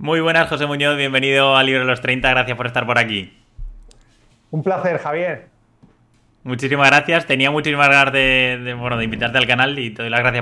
Muy buenas, José Muñoz, bienvenido al Libro de los 30, gracias por estar por aquí. Un placer, Javier. Muchísimas gracias, tenía muchísimas ganas de invitarte al canal y te doy las gracias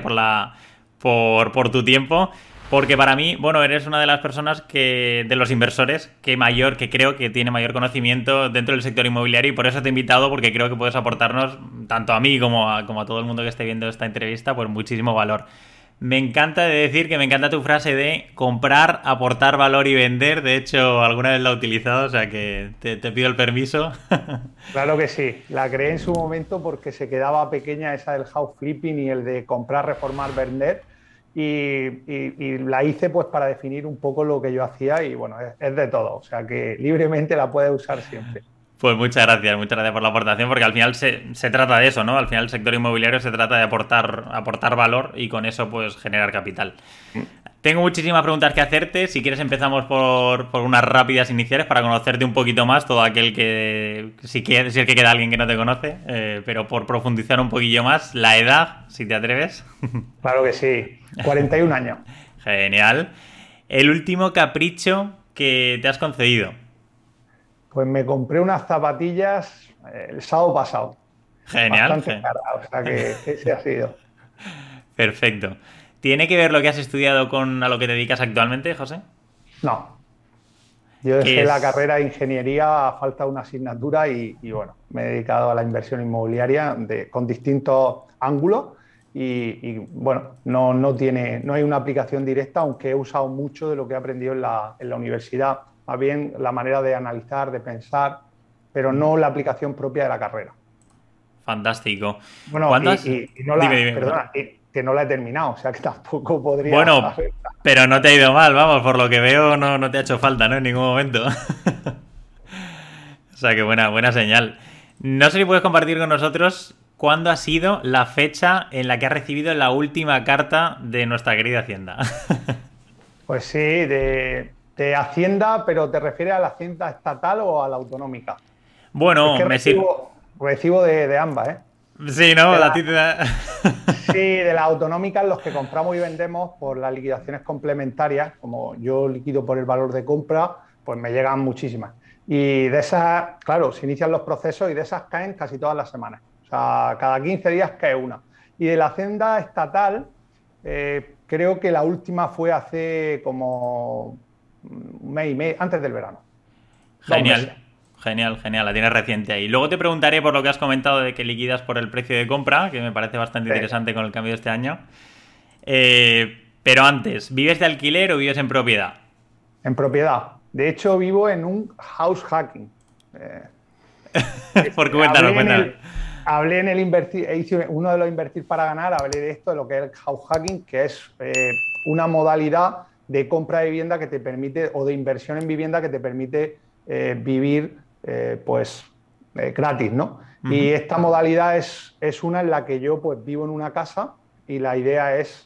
por tu tiempo, porque para mí, eres una de las personas de los inversores que creo que tiene mayor conocimiento dentro del sector inmobiliario, y por eso te he invitado, porque creo que puedes aportarnos, tanto a mí como a todo el mundo que esté viendo esta entrevista, pues muchísimo valor. Me encanta decir que me encanta tu frase de comprar, aportar valor y vender. De hecho, alguna vez la he utilizado, o sea que te pido el permiso. Claro que sí. La creé en su momento porque se quedaba pequeña esa del house flipping y el de comprar, reformar, vender. Y la hice pues para definir un poco lo que yo hacía y bueno, es de todo. O sea que libremente la puedes usar siempre. Pues muchas gracias por la aportación, porque al final se trata de eso, ¿no? Al final el sector inmobiliario se trata de aportar valor y con eso pues generar capital. Tengo muchísimas preguntas que hacerte. Si quieres empezamos por unas rápidas iniciales para conocerte un poquito más, todo aquel que, si es que queda alguien que no te conoce, pero por profundizar un poquillo más, la edad, si te atreves. Claro que sí. 41 años. Genial. El último capricho que te has concedido. Pues me compré unas zapatillas el sábado pasado. Genial. Bastante caras. O sea que ese ha sido. Perfecto. ¿Tiene que ver lo que has estudiado con a lo que te dedicas actualmente, José? No. Yo ¿Qué dejé la es? carrera de ingeniería a falta de una asignatura bueno, me he dedicado a la inversión inmobiliaria con distintos ángulos bueno, no hay una aplicación directa, aunque he usado mucho de lo que he aprendido en la universidad, más bien la manera de analizar, de pensar, pero no la aplicación propia de la carrera. Fantástico. Bueno, ¿Cuándo has...? y no Dime, la, dime, perdón. perdona, que no la he terminado, o sea que tampoco podría Bueno, haber. pero no te ha ido mal, vamos, por lo que veo no te ha hecho falta, ¿no? En ningún momento. O sea que buena señal. No sé si puedes compartir con nosotros cuándo ha sido la fecha en la que has recibido la última carta de nuestra querida Hacienda. Pues sí, de Hacienda, pero ¿te refieres a la Hacienda estatal o a la autonómica? Es Bueno, que me sirve... recibo de ambas, ¿eh? Sí, ¿no? De A la, ti te da... sí, de las autonómicas, los que compramos y vendemos por las liquidaciones complementarias, como yo liquido por el valor de compra, pues me llegan muchísimas. Y de esas, claro, se inician los procesos y de esas caen casi todas las semanas. O sea, cada 15 días cae una. Y de la Hacienda estatal, creo que la última fue hace como un mes y medio, antes del verano, 2 meses. Genial, genial, la tienes reciente ahí. Luego te preguntaré por lo que has comentado de que liquidas por el precio de compra, que me parece bastante Sí, interesante con el cambio de este año. Pero antes, ¿vives de alquiler o vives en propiedad? en propiedad. De hecho, vivo en un house hacking. Eh, Porque hablé en cuéntanos. el, hablé en el invertir, hice uno de los invertir para ganar, hablé de esto, de lo que es el house hacking, que es una modalidad de compra de vivienda que te permite, o de inversión en vivienda que te permite vivir gratis, ¿no? Y Ujú. esta modalidad es una en la que yo pues vivo en una casa y la idea es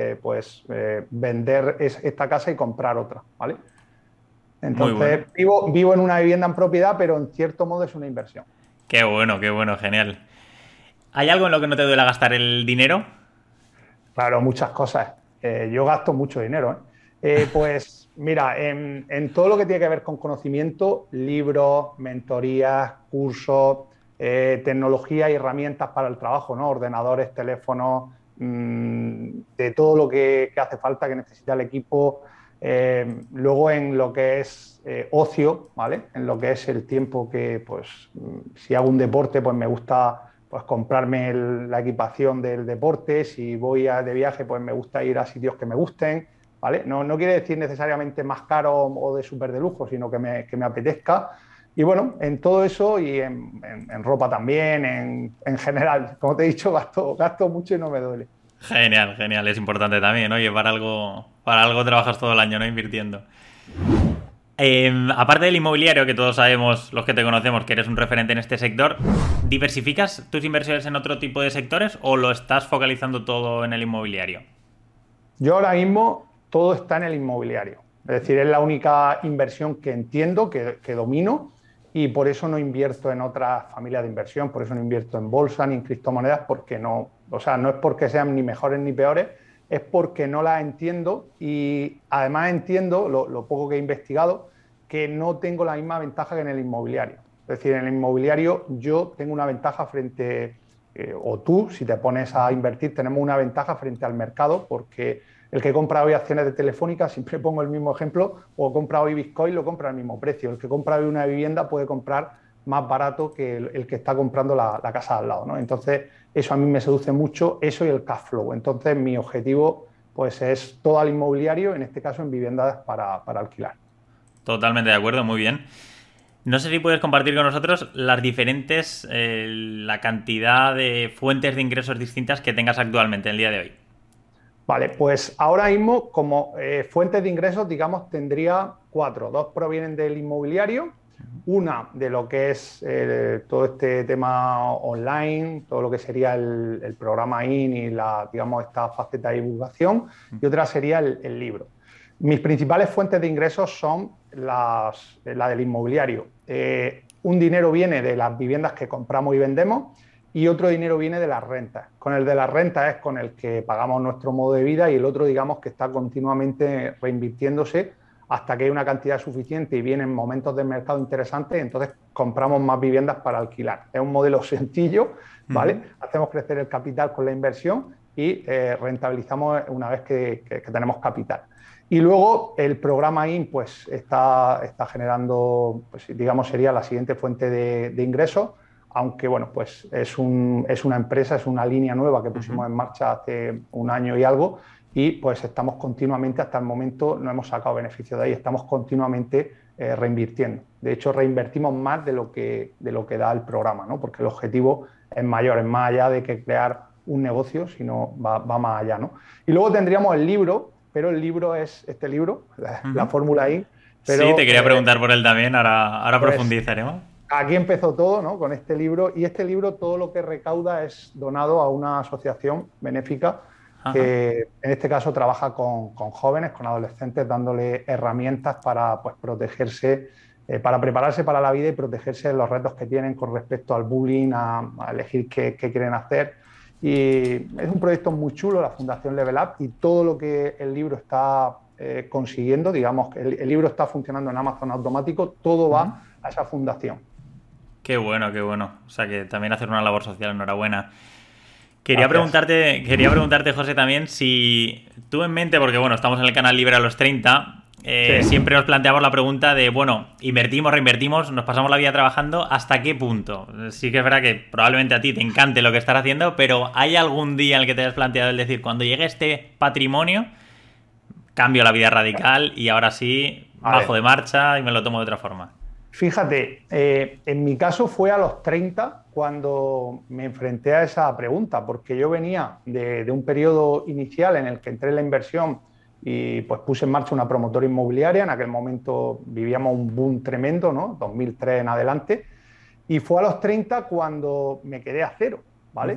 vender esta casa y comprar otra, ¿vale? Muy bueno. Entonces vivo en una vivienda en propiedad, pero en cierto modo es una inversión. Qué bueno, genial. ¿Hay algo en lo que no te duele gastar el dinero? Claro, muchas cosas. Yo gasto mucho dinero, ¿eh? Pues mira, en todo lo que tiene que ver con conocimiento, libros, mentorías, cursos, tecnología y herramientas para el trabajo, ¿no? Ordenadores, teléfonos, de todo lo que hace falta, que necesita el equipo. Luego en lo que es ocio, ¿vale? En lo que es el tiempo que, pues, si hago un deporte, pues me gusta pues comprarme la equipación del deporte. Si voy de viaje, pues me gusta ir a sitios que me gusten, ¿vale? No quiere decir necesariamente más caro o de súper de lujo, sino que me apetezca. Y bueno, en todo eso y en ropa también, en general, como te he dicho, gasto mucho y no me duele. Genial, es importante también, oye, para algo trabajas todo el año, ¿no? Invirtiendo. Aparte del inmobiliario, que todos sabemos, los que te conocemos, que eres un referente en este sector, ¿diversificas tus inversiones en otro tipo de sectores o lo estás focalizando todo en el inmobiliario? Yo ahora mismo todo está en el inmobiliario. Es decir, es la única inversión que entiendo, que domino, y por eso no invierto en otras familias de inversión, por eso no invierto en bolsa ni en criptomonedas, porque no, o sea, no es porque sean ni mejores ni peores, es porque no las entiendo y además entiendo, lo poco que he investigado, que no tengo la misma ventaja que en el inmobiliario. Es decir, en el inmobiliario yo tengo una ventaja frente, o tú, si te pones a invertir, tenemos una ventaja frente al mercado, porque el que compra hoy acciones de Telefónica, siempre pongo el mismo ejemplo, o compra hoy Bitcoin, lo compra al mismo precio. El que compra hoy una vivienda puede comprar más barato que el que está comprando la casa al lado, ¿no? Entonces, eso a mí me seduce mucho, eso y el cash flow. Entonces, mi objetivo pues es todo al inmobiliario, en este caso en viviendas para alquilar. Totalmente de acuerdo, muy bien. No sé si puedes compartir con nosotros las diferentes, la cantidad de fuentes de ingresos distintas que tengas actualmente en el día de hoy. Vale, pues ahora mismo como fuentes de ingresos, digamos, tendría cuatro. Dos provienen del inmobiliario, una de lo que es todo este tema online, todo lo que sería el programa IN y digamos, esta faceta de divulgación, y otra sería el libro. Mis principales fuentes de ingresos son la del inmobiliario. Un dinero viene de las viviendas que compramos y vendemos y otro dinero viene de las rentas. Con el de las rentas es con el que pagamos nuestro modo de vida y el otro, digamos, que está continuamente reinvirtiéndose hasta que hay una cantidad suficiente y vienen momentos del mercado interesantes, entonces compramos más viviendas para alquilar. Es un modelo sencillo, ¿vale? Hacemos crecer el capital con la inversión y rentabilizamos una vez que tenemos capital. Y luego el programa IN pues, está generando, pues, digamos, sería la siguiente fuente de ingresos, aunque bueno, pues es una empresa, es una línea nueva que pusimos en marcha hace un año y algo y pues estamos continuamente, hasta el momento no hemos sacado beneficio de ahí, estamos continuamente reinvirtiendo. De hecho, reinvertimos más de lo que da el programa, ¿no? Porque el objetivo es mayor, es más allá de que crear un negocio, sino va más allá, ¿no? Y luego tendríamos el libro, pero el libro es este libro, la Fórmula IN. Pero, sí, te quería preguntar por él también, ahora pues, profundizaremos. Aquí empezó todo, ¿no? Con este libro, y este libro todo lo que recauda es donado a una asociación benéfica que en este caso trabaja con jóvenes, con adolescentes, dándole herramientas para pues, protegerse, para prepararse para la vida y protegerse de los retos que tienen con respecto al bullying, a elegir qué quieren hacer. Y es un proyecto muy chulo, la Fundación Level Up, y todo lo que el libro está consiguiendo, digamos que el libro está funcionando en Amazon automático, todo va a esa fundación. Qué bueno, qué bueno. O sea que también hacer una labor social, enhorabuena. Quería preguntarte, José, también si tú en mente, porque bueno, estamos en el canal Libre a los 30, sí. Siempre nos planteamos la pregunta de, bueno, invertimos, reinvertimos, nos pasamos la vida trabajando, ¿hasta qué punto? Sí que es verdad que probablemente a ti te encante lo que estás haciendo, pero ¿hay algún día en el que te hayas planteado el decir, cuando llegue este patrimonio, cambio la vida radical y ahora sí, bajo de marcha y me lo tomo de otra forma? Fíjate, en mi caso fue a los 30 cuando me enfrenté a esa pregunta, porque yo venía de un periodo inicial en el que entré en la inversión y pues puse en marcha una promotora inmobiliaria. En aquel momento vivíamos un boom tremendo, ¿no? 2003 en adelante, y fue a los 30 cuando me quedé a cero, ¿vale?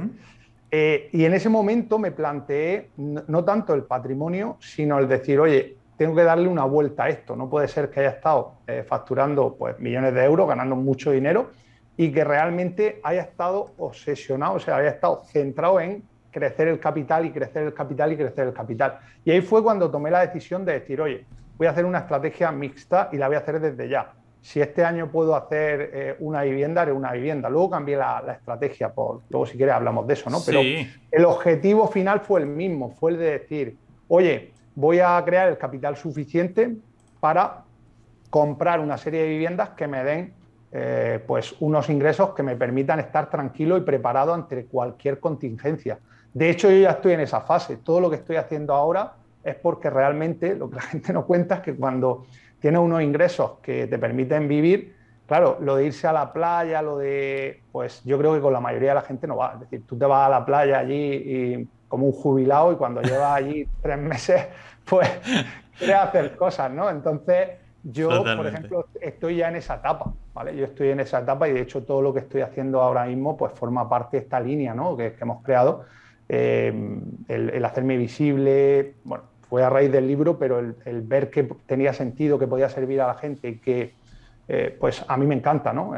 Y en ese momento me planteé no tanto el patrimonio, sino el decir, oye, tengo que darle una vuelta a esto. No puede ser que haya estado facturando pues, millones de euros, ganando mucho dinero y que realmente haya estado obsesionado, o sea, haya estado centrado en crecer el capital y crecer el capital y crecer el capital. Y ahí fue cuando tomé la decisión de decir, oye, voy a hacer una estrategia mixta y la voy a hacer desde ya. Si este año puedo hacer una vivienda, haré una vivienda. Luego cambié la estrategia, luego si quieres hablamos de eso, ¿no? Pero sí. El objetivo final fue el mismo, fue el de decir, oye, voy a crear el capital suficiente para comprar una serie de viviendas que me den pues unos ingresos que me permitan estar tranquilo y preparado ante cualquier contingencia. De hecho, yo ya estoy en esa fase. Todo lo que estoy haciendo ahora es porque realmente lo que la gente no cuenta es que cuando tienes unos ingresos que te permiten vivir, claro, lo de irse a la playa, pues yo creo que con la mayoría de la gente no va. Es decir, tú te vas a la playa allí y como un jubilado y cuando llevas allí 3 meses, pues quieres hacer cosas, ¿no? Entonces, yo, Totalmente. Por ejemplo, estoy ya en esa etapa, ¿vale? Yo estoy en esa etapa y, de hecho, todo lo que estoy haciendo ahora mismo, pues forma parte de esta línea, ¿no? que hemos creado. El hacerme visible, bueno, fue a raíz del libro, pero el ver que tenía sentido, que podía servir a la gente y que, pues a mí me encanta, ¿no?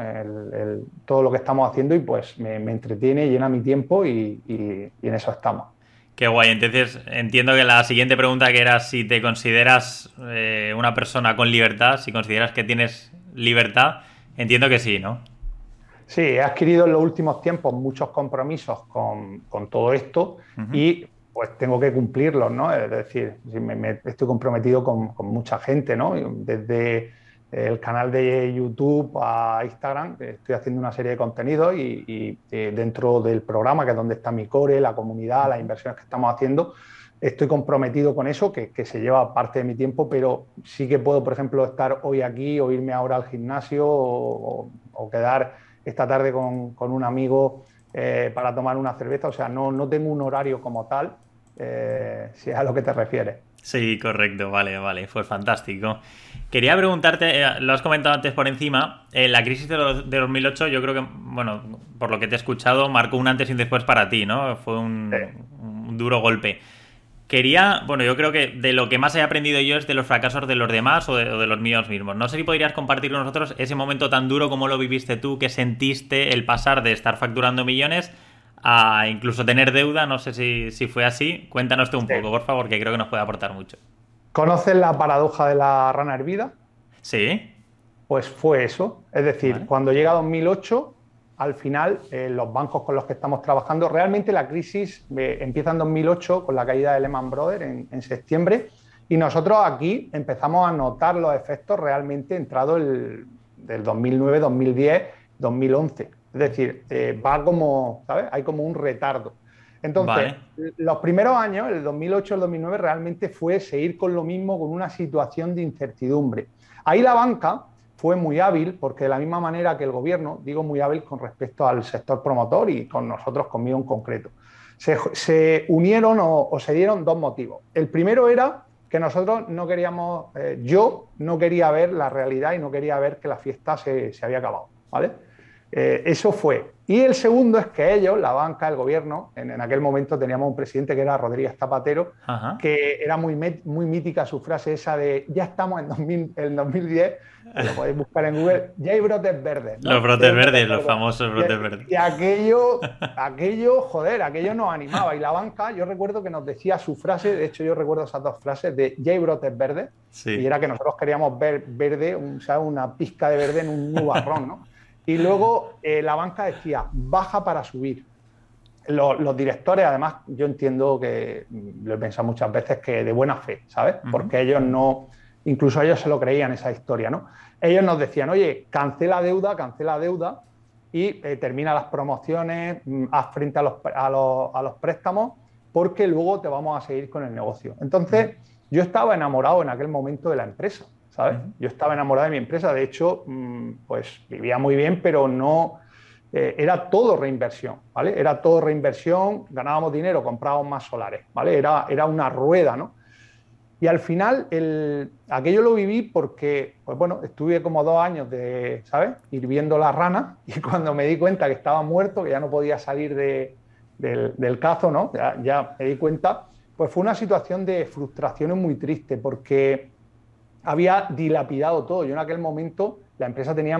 Todo lo que estamos haciendo y pues me entretiene, llena mi tiempo y en eso estamos. Qué guay. Entonces, entiendo que la siguiente pregunta, que era si te consideras una persona con libertad, si consideras que tienes libertad, entiendo que sí, ¿no? Sí, he adquirido en los últimos tiempos muchos compromisos con todo esto Ujú. y pues tengo que cumplirlos, ¿no? Es decir, si estoy comprometido con mucha gente, ¿no? Desde el canal de YouTube a Instagram, estoy haciendo una serie de contenidos y dentro del programa, que es donde está mi core, la comunidad, las inversiones que estamos haciendo, estoy comprometido con eso, que se lleva parte de mi tiempo, pero sí que puedo, por ejemplo, estar hoy aquí o irme ahora al gimnasio o quedar esta tarde con un amigo para tomar una cerveza. O sea, no tengo un horario como tal, si es a lo que te refieres. Sí, correcto, vale, vale, fue fantástico. Quería preguntarte, lo has comentado antes por encima, la crisis de 2008 yo creo que, bueno, por lo que te he escuchado, marcó un antes y un después para ti, ¿no? Fue un duro golpe. Quería, bueno, yo creo que de lo que más he aprendido yo es de los fracasos de los demás o de los míos mismos. No sé si podrías compartir con nosotros ese momento tan duro como lo viviste tú, que sentiste el pasar de estar facturando millones a incluso tener deuda. No sé si fue así. Cuéntanos tú un Sí. poco, por favor, que creo que nos puede aportar mucho. ¿Conoces la paradoja de la rana hervida? Sí, Pues fue eso. Es decir, vale. cuando llega 2008, al final, los bancos con los que estamos trabajando, realmente la crisis empieza en 2008 con la caída de Lehman Brothers en septiembre y nosotros aquí empezamos a notar los efectos realmente entrado del 2009, 2010, 2011. Es decir, va como, ¿sabes? Hay como un retardo. Entonces, Vale. los primeros años, el 2008, el 2009, realmente fue seguir con lo mismo, con una situación de incertidumbre. Ahí la banca fue muy hábil, porque de la misma manera que el gobierno, digo muy hábil con respecto al sector promotor y con nosotros, conmigo en concreto, se unieron o se dieron dos motivos. El primero era que nosotros no queríamos, yo no quería ver la realidad y no quería ver que la fiesta se había acabado, ¿vale? Eso fue. Y el segundo es que ellos, la banca, el gobierno, en aquel momento teníamos un presidente que era Rodríguez Zapatero, Ajá. que era muy mítica su frase esa de ya estamos en 2010, que lo podéis buscar en Google, ya hay brotes verdes, Los ¿no? Ya hay brotes brotes verdes, los verdes. famosos brotes verdes. Y joder, aquello nos animaba. Y la banca, yo recuerdo que nos decía su frase, de hecho yo recuerdo esas dos frases de ya hay brotes verdes, y Sí. era que nosotros queríamos ver verde, ¿sabes? Una pizca de verde en un nubarrón, ¿no? Y luego la banca decía, baja para subir. Los directores, además, yo entiendo que, lo he pensado muchas veces, que de buena fe, ¿sabes? Ujú. Porque ellos no, incluso ellos se lo creían esa historia, ¿no? Ellos nos decían, oye, cancela deuda y termina las promociones, haz frente a los préstamos, porque luego te vamos a seguir con el negocio. Ujú. Entonces, yo estaba enamorado en aquel momento de la empresa, ¿sabes? Ujú. Yo estaba enamorado de mi empresa, de hecho, pues vivía muy bien, pero no era todo reinversión, ¿vale? Era todo reinversión, ganábamos dinero, comprábamos más solares, ¿vale? Era una rueda, ¿no? Y al final, aquello lo viví porque, pues bueno, estuve como 2 años de, ¿sabes? Ir viendo las ranas y cuando me di cuenta que estaba muerto, que ya no podía salir del cazo, ¿no? Ya me di cuenta, pues fue una situación de frustración muy triste porque había dilapidado todo. Yo en aquel momento la empresa tenía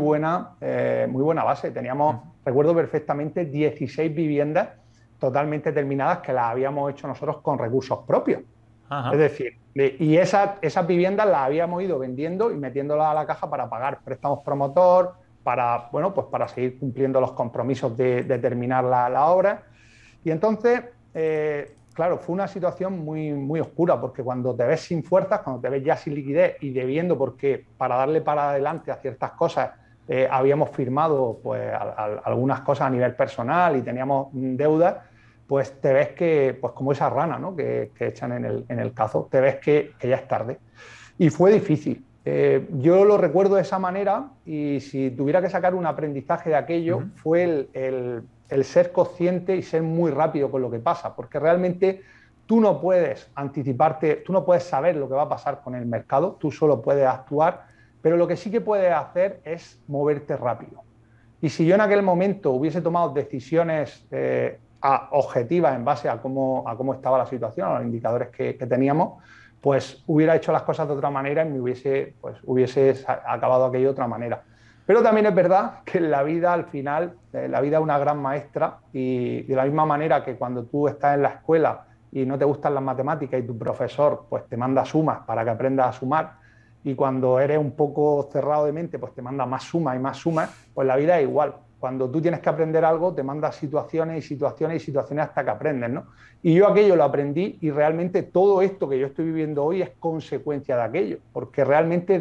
muy buena base. Teníamos, recuerdo perfectamente, 16 viviendas totalmente terminadas que las habíamos hecho nosotros con recursos propios. Es Ajá. decir, y esas viviendas las habíamos ido vendiendo y metiéndolas a la caja para pagar préstamos promotor, para, bueno, pues para seguir cumpliendo los compromisos de terminar la obra. Y entonces, claro, fue una situación muy oscura, porque cuando te ves sin fuerzas, cuando te ves ya sin liquidez y debiendo, porque para darle para adelante a ciertas cosas habíamos firmado pues, algunas cosas a nivel personal y teníamos deudas, pues te ves que, pues como esa rana, ¿no? que echan en el cazo, te ves que ya es tarde. Y fue difícil. Yo lo recuerdo de esa manera y si tuviera que sacar un aprendizaje de aquello Ujú. fue el ser consciente y ser muy rápido con lo que pasa, porque realmente tú no puedes anticiparte, tú no puedes saber lo que va a pasar con el mercado, tú solo puedes actuar, pero lo que sí que puedes hacer es moverte rápido. Y si yo en aquel momento hubiese tomado decisiones objetivas en base a cómo estaba la situación, a los indicadores que teníamos, pues hubiera hecho las cosas de otra manera y hubiese acabado aquello de otra manera. Pero también es verdad que en la vida, al final, la vida es una gran maestra y de la misma manera que cuando tú estás en la escuela y no te gustan las matemáticas y tu profesor pues te manda sumas para que aprendas a sumar, y cuando eres un poco cerrado de mente pues te manda más sumas y más sumas, pues la vida es igual. Cuando tú tienes que aprender algo, te manda situaciones y situaciones y situaciones hasta que aprendes, ¿no? Y yo aquello lo aprendí, y realmente todo esto que yo estoy viviendo hoy es consecuencia de aquello, porque realmente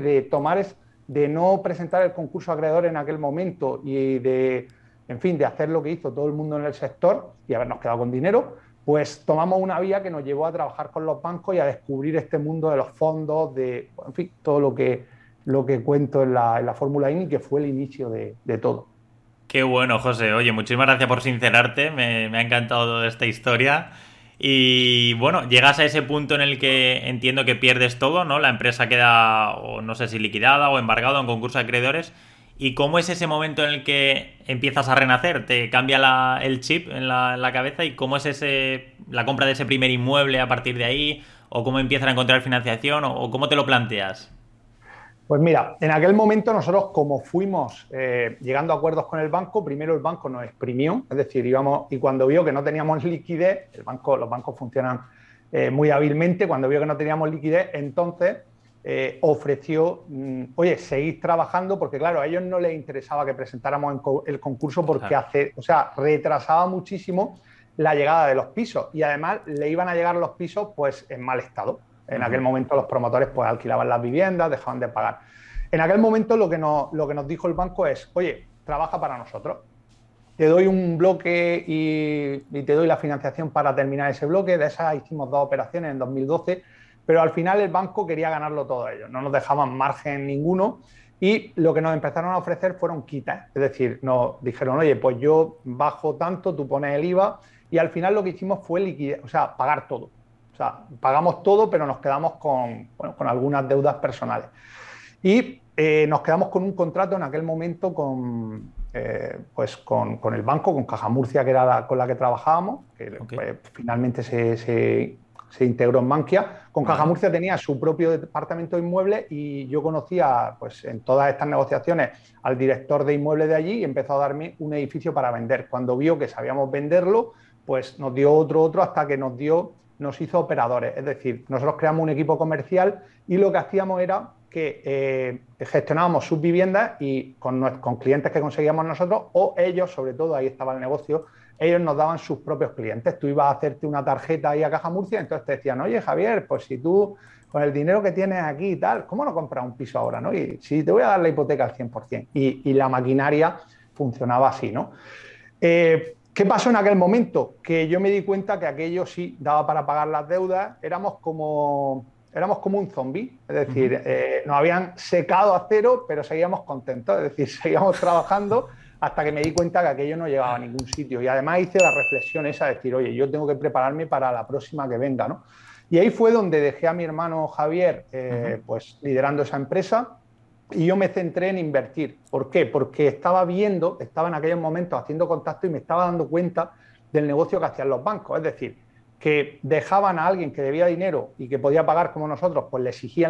de no presentar el concurso acreedor en aquel momento y en fin, de hacer lo que hizo todo el mundo en el sector y habernos quedado con dinero, pues tomamos una vía que nos llevó a trabajar con los bancos y a descubrir este mundo de los fondos, en fin, todo lo que cuento en la Fórmula INI, que fue el inicio de todo. Qué bueno, José. Oye, muchísimas gracias por sincerarte. Me ha encantado toda esta historia. Y bueno, llegas a ese punto en el que entiendo que pierdes todo, ¿no? La empresa queda, o no sé si liquidada o embargada en concurso de acreedores. ¿Y cómo es ese momento en el que empiezas a renacer? ¿Te cambia el chip en la cabeza? ¿Y cómo es la compra de ese primer inmueble a partir de ahí? ¿O cómo empiezas a encontrar financiación? ¿O cómo te lo planteas? Pues mira, en aquel momento nosotros, como fuimos llegando a acuerdos con el banco, primero el banco nos exprimió, es decir, íbamos, y cuando vio que no teníamos liquidez, los bancos funcionan muy hábilmente, cuando vio que no teníamos liquidez, entonces ofreció, oye, seguid trabajando, porque claro, a ellos no les interesaba que presentáramos el concurso porque retrasaba muchísimo la llegada de los pisos, y además le iban a llegar los pisos pues en mal estado. En aquel momento los promotores pues alquilaban las viviendas, dejaban de pagar. En aquel momento lo que nos dijo el banco es, oye, trabaja para nosotros. Te doy un bloque y te doy la financiación para terminar ese bloque. De esas hicimos 2 operaciones en 2012, pero al final el banco quería ganarlo todo ellos. No nos dejaban margen ninguno, y lo que nos empezaron a ofrecer fueron quitas. Es decir, nos dijeron, oye, pues yo bajo tanto, tú pones el IVA, y al final lo que hicimos fue pagar todo. O sea, pagamos todo, pero nos quedamos con algunas deudas personales. Y nos quedamos con un contrato en aquel momento con el banco, con Caja Murcia, que era con la que trabajábamos, que finalmente se integró en Bankia. Con Caja Murcia tenía su propio departamento de inmuebles, y yo conocía pues, en todas estas negociaciones al director de inmuebles de allí, y empezó a darme un edificio para vender. Cuando vio que sabíamos venderlo, pues nos dio otro hasta que nos hizo operadores. Es decir, nosotros creamos un equipo comercial, y lo que hacíamos era que gestionábamos sus viviendas y con clientes que conseguíamos nosotros, o ellos, sobre todo, ahí estaba el negocio, ellos nos daban sus propios clientes. Tú ibas a hacerte una tarjeta ahí a Caja Murcia, entonces te decían, oye, Javier, pues si tú con el dinero que tienes aquí y tal, ¿cómo no compras un piso ahora, no? Y si te voy a dar la hipoteca al 100%. Y la maquinaria funcionaba así, ¿no? ¿Qué pasó en aquel momento? Que yo me di cuenta que aquello sí daba para pagar las deudas. Éramos como un zombi, es decir, nos habían secado a cero, pero seguíamos contentos, es decir, seguíamos trabajando hasta que me di cuenta que aquello no llegaba a ningún sitio. Y además hice la reflexión esa de decir, oye, yo tengo que prepararme para la próxima que venga, ¿no? Y ahí fue donde dejé a mi hermano Javier pues liderando esa empresa, y yo me centré en invertir. ¿Por qué? Porque estaba en aquellos momentos haciendo contacto, y me estaba dando cuenta del negocio que hacían los bancos. Es decir, que dejaban a alguien que debía dinero y que podía pagar como nosotros, pues le exigían,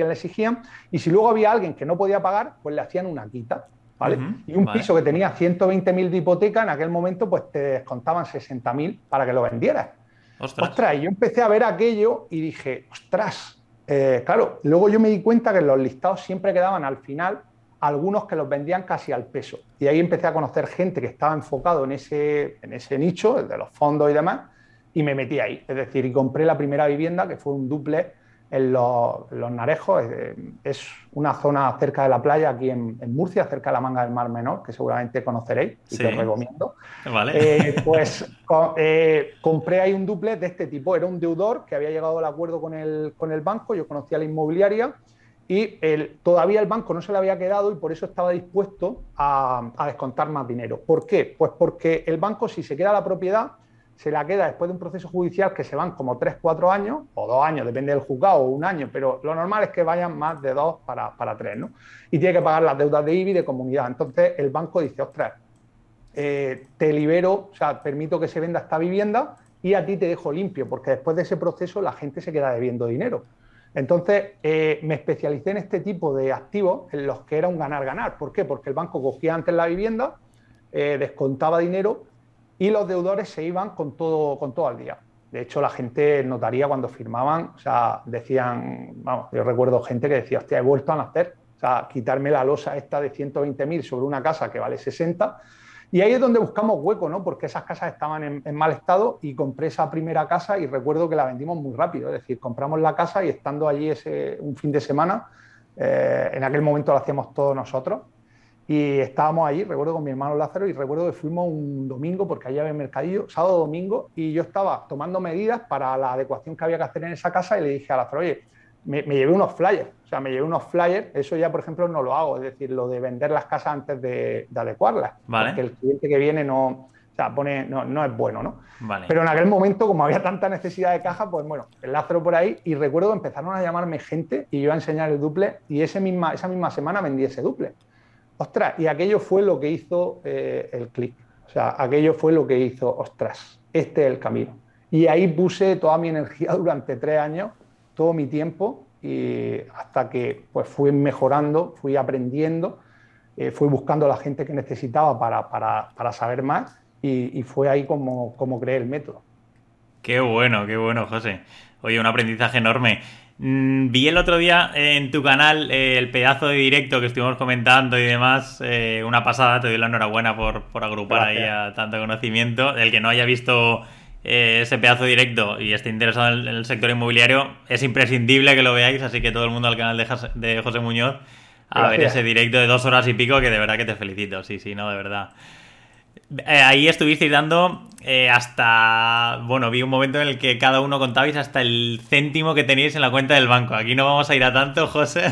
y si luego había alguien que no podía pagar, pues le hacían una quita, ¿vale? Y un piso que tenía 120.000 de hipoteca, en aquel momento pues te descontaban 60.000 para que lo vendieras. Ostras, y yo empecé a ver aquello y dije, ostras, claro, luego yo me di cuenta que en los listados siempre quedaban al final algunos que los vendían casi al peso. Y ahí empecé a conocer gente que estaba enfocado en ese nicho, el de los fondos y demás, y me metí ahí. Es decir, y compré la primera vivienda, que fue un dúplex en los Narejos. Es una zona cerca de la playa, aquí en Murcia, cerca de la Manga del Mar Menor, que seguramente conoceréis y que os recomiendo. Vale. Compré ahí un dúplex de este tipo. Era un deudor que había llegado al acuerdo con el banco. Yo conocía la inmobiliaria, y todavía el banco no se le había quedado, y por eso estaba dispuesto a descontar más dinero. ¿Por qué? Pues porque el banco, si se queda la propiedad, se la queda después de un proceso judicial que se van como 3-4 años, o 2 años, depende del juzgado, o 1 año, pero lo normal es que vayan más de 2 para 3, ¿no? Y tiene que pagar las deudas de IBI de comunidad. Entonces el banco dice, ostras, te libero, o sea, permito que se venda esta vivienda, y a ti te dejo limpio, porque después de ese proceso la gente se queda debiendo dinero. Entonces me especialicé en este tipo de activos en los que era un ganar-ganar. ¿Por qué? Porque el banco cogía antes la vivienda, descontaba dinero, y los deudores se iban con todo al día. De hecho, la gente notaría cuando firmaban, o sea, decían, vamos, yo recuerdo gente que decía, hostia, he vuelto a nacer. O sea, quitarme la losa esta de 120.000 sobre una casa que vale 60. Y ahí es donde buscamos hueco, ¿no? Porque esas casas estaban en mal estado y compré esa primera casa y recuerdo que la vendimos muy rápido. Es decir, compramos la casa y estando allí un fin de semana, en aquel momento lo hacíamos todos nosotros. Y estábamos allí, recuerdo con mi hermano Lázaro, y recuerdo que fuimos un domingo, porque allá había mercadillo, sábado, domingo, y yo estaba tomando medidas para la adecuación que había que hacer en esa casa y le dije a Lázaro, oye, me llevé unos flyers, o sea, me llevé unos flyers, eso ya, por ejemplo, no lo hago, es decir, lo de vender las casas antes de adecuarlas, Vale. porque el cliente que viene no, o sea, no es bueno, ¿no? Vale. Pero en aquel momento, como había tanta necesidad de caja, pues bueno, el Lázaro por ahí, y recuerdo que empezaron a llamarme gente y yo a enseñar el duple, y esa misma semana vendí ese duple. Ostras, y aquello fue lo que hizo el clic. O sea, aquello fue lo que hizo, ostras, este es el camino. Y ahí puse toda mi energía durante 3 años, todo mi tiempo, y hasta que pues fui mejorando, fui aprendiendo, fui buscando a la gente que necesitaba para saber más, y fue ahí como creé el método. Qué bueno, José. Oye, un aprendizaje enorme. Vi el otro día en tu canal el pedazo de directo que estuvimos comentando y demás. Una pasada, te doy la enhorabuena por agrupar Gracias. ahí a tanto conocimiento. El que no haya visto ese pedazo de directo y esté interesado en el sector inmobiliario, es imprescindible que lo veáis. Así que todo el mundo al canal de José Muñoz a ver Gracias. ese directo de 2 horas y pico, que de verdad que te felicito. Sí, sí, no, de verdad. Ahí estuvisteis dando hasta... Bueno, vi un momento en el que cada uno contabais hasta el céntimo que teníais en la cuenta del banco. Aquí no vamos a ir a tanto, José,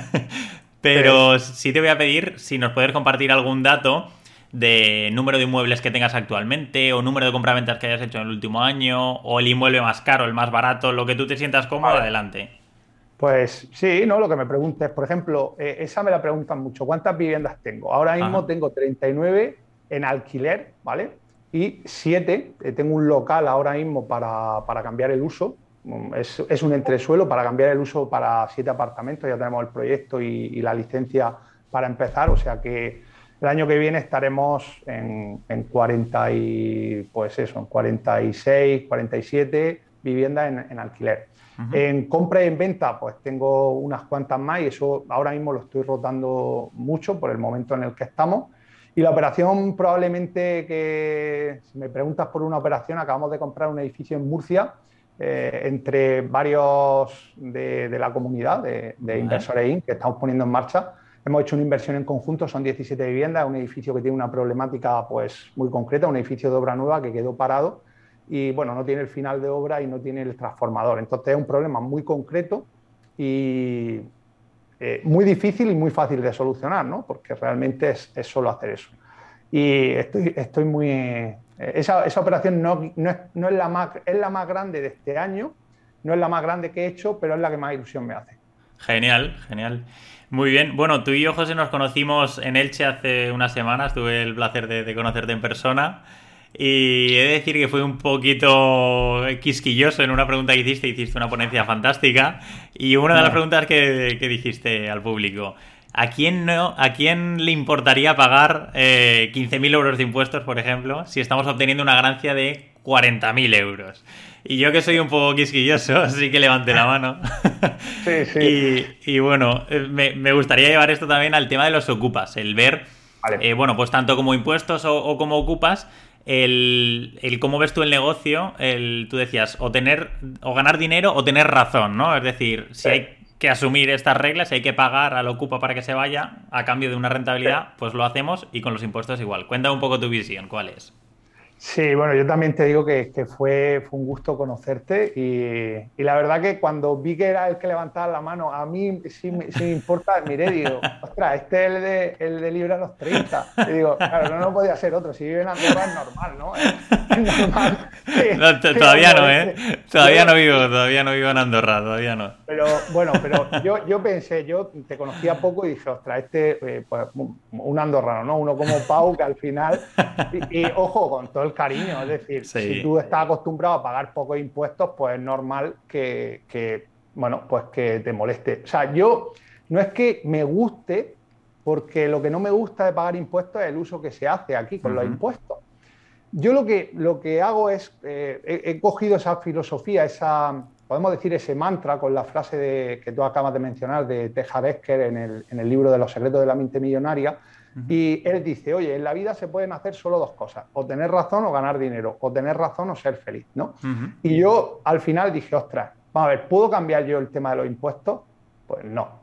pero sí te voy a pedir si nos puedes compartir algún dato de número de inmuebles que tengas actualmente o número de compraventas que hayas hecho en el último año o el inmueble más caro, el más barato, lo que tú te sientas cómodo, Vale. adelante. Pues sí, ¿no? Lo que me preguntes, por ejemplo, esa me la preguntan mucho. ¿Cuántas viviendas tengo? Ahora mismo Ajá. tengo 39 en alquiler, ¿vale? Y 7, tengo un local ahora mismo para cambiar el uso. Es un entresuelo para cambiar el uso para 7 apartamentos. Ya tenemos el proyecto y la licencia para empezar. O sea que el año que viene estaremos en 40 pues eso, en 46, 47 viviendas en alquiler. Uh-huh. En compra y en venta, pues tengo unas cuantas más y eso ahora mismo lo estoy rotando mucho por el momento en el que estamos. Y la operación probablemente que, si me preguntas por una operación, acabamos de comprar un edificio en Murcia entre varios de la comunidad de Inversores Inc. que estamos poniendo en marcha. Hemos hecho una inversión en conjunto, son 17 viviendas, un edificio que tiene una problemática pues, muy concreta, un edificio de obra nueva que quedó parado y bueno, no tiene el final de obra y no tiene el transformador. Entonces es un problema muy concreto y muy difícil y muy fácil de solucionar, ¿no? Porque realmente es solo hacer eso. Y estoy muy... esa operación no es la más grande de este año, no es la más grande que he hecho, pero es la que más ilusión me hace. Genial, genial. Muy bien. Bueno, tú y yo, José, nos conocimos en Elche hace unas semanas. Tuve el placer de conocerte en persona. Y he de decir que fue un poquito quisquilloso en una pregunta que hiciste una ponencia fantástica. Y una de las preguntas que dijiste al público, ¿a quién le importaría pagar 15.000 euros de impuestos, por ejemplo, si estamos obteniendo una ganancia de 40.000 euros? Y yo que soy un poco quisquilloso, así que levanté la mano. Sí, sí. Y bueno, me gustaría llevar esto también al tema de los ocupas, el ver, Vale. bueno, pues tanto como impuestos o como ocupas, el cómo ves tú el negocio, tú decías, o ganar dinero o tener razón, ¿no? Es decir, si hay que asumir estas reglas, si hay que pagar al ocupa para que se vaya a cambio de una rentabilidad, pues lo hacemos y con los impuestos igual. Cuéntame un poco tu visión, ¿cuál es? Sí, bueno, yo también te digo que fue un gusto conocerte y la verdad que cuando vi que era el que levantaba la mano, a mí sí me importa, miré y digo, ostras, este es el de Libre a los 30. Y digo, claro, no podía ser otro, si vive en Andorra es normal, ¿no? Es normal. No, todavía no, ¿eh? Todavía no vivo en Andorra, todavía no. Pero bueno, yo pensé, yo te conocía poco y dije, ostras, pues un andorrano, ¿no? Uno como Pau, que al final, y ojo, con todo el cariño, es decir, Sí. si tú estás acostumbrado a pagar pocos impuestos, pues es normal bueno, pues que te moleste. O sea, yo no es que me guste, porque lo que no me gusta de pagar impuestos es el uso que se hace aquí con los impuestos. yo lo que hago es, he cogido esa filosofía, podemos decir ese mantra con la frase que tú acabas de mencionar de Teja Esker en el libro de los secretos de la mente millonaria, y él dice, oye, en la vida se pueden hacer solo dos cosas, o tener razón o ganar dinero, o tener razón o ser feliz, ¿no? Y yo al final dije, ostras, vamos a ver, ¿puedo cambiar yo el tema de los impuestos? Pues no.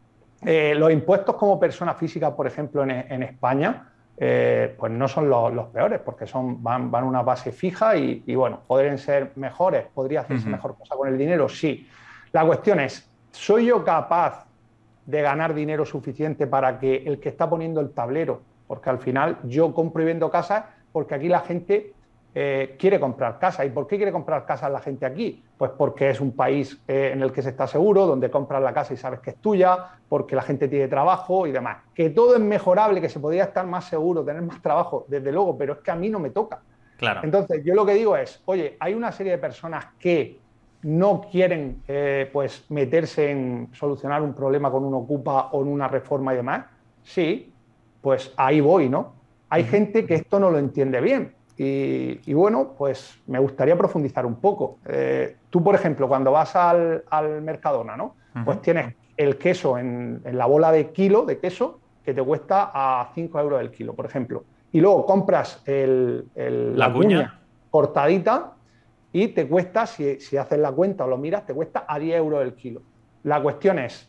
Los impuestos como persona física, por ejemplo, en España, pues no son los peores, porque van a una base fija y bueno, podrían ser mejores, podría hacerse mejor cosa con el dinero, sí. La cuestión es, ¿soy yo capaz de ganar dinero suficiente para que el que está poniendo el tablero, porque al final yo compro y vendo casas porque aquí la gente quiere comprar casa. ¿Y por qué quiere comprar casa la gente aquí? Pues porque es un país en el que se está seguro, donde compras la casa y sabes que es tuya, porque la gente tiene trabajo y demás. Que todo es mejorable, que se podría estar más seguro, tener más trabajo, desde luego, pero es que a mí no me toca. Claro. Entonces, yo lo que digo es, oye, hay una serie de personas que no quieren pues meterse en solucionar un problema con un Ocupa o en una reforma y demás. Sí, pues ahí voy, ¿no? Hay gente que esto no lo entiende bien. Y bueno, pues me gustaría profundizar un poco. Tú, por ejemplo, cuando vas al Mercadona, ¿no? Pues tienes el queso en la bola de kilo de queso que te cuesta a 5 euros el kilo, por ejemplo. Y luego compras la cuña cortadita y te cuesta, si haces la cuenta o lo miras, te cuesta a 10 euros el kilo. La cuestión es,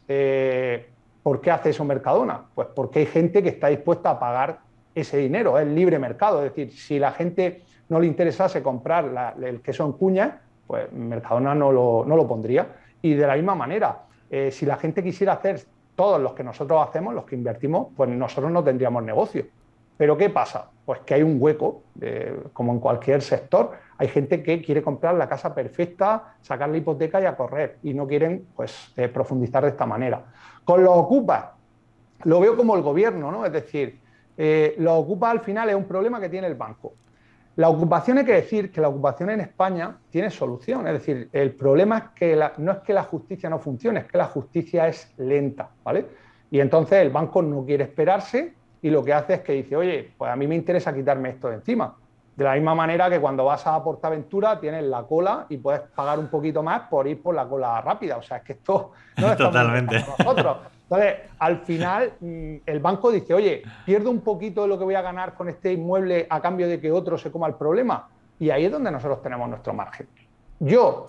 ¿por qué hace eso Mercadona? Pues porque hay gente que está dispuesta a pagar ese dinero, es libre mercado. Es decir, si la gente no le interesase comprar el queso en cuña, pues Mercadona no lo pondría. Y de la misma manera, si la gente quisiera hacer todos los que nosotros hacemos, los que invertimos, pues nosotros no tendríamos negocio. ¿Pero qué pasa? Pues que hay un hueco, como en cualquier sector. Hay gente que quiere comprar la casa perfecta, sacar la hipoteca y a correr, y no quieren pues, profundizar de esta manera. Con los ocupas, lo veo como el gobierno, ¿no? Es decir, los ocupas al final es un problema que tiene el banco. La ocupación, hay que decir que la ocupación en España tiene solución. Es decir, el problema es que no es que la justicia no funcione, es que la justicia es lenta, ¿vale? Y entonces el banco no quiere esperarse y lo que hace es que dice, oye, pues a mí me interesa quitarme esto de encima. De la misma manera que cuando vas a PortAventura tienes la cola y puedes pagar un poquito más por ir por la cola rápida. O sea, es que esto no es totalmente para nosotros. Entonces, al final, el banco dice, oye, pierdo un poquito de lo que voy a ganar con este inmueble a cambio de que otro se coma el problema. Y ahí es donde nosotros tenemos nuestro margen. Yo,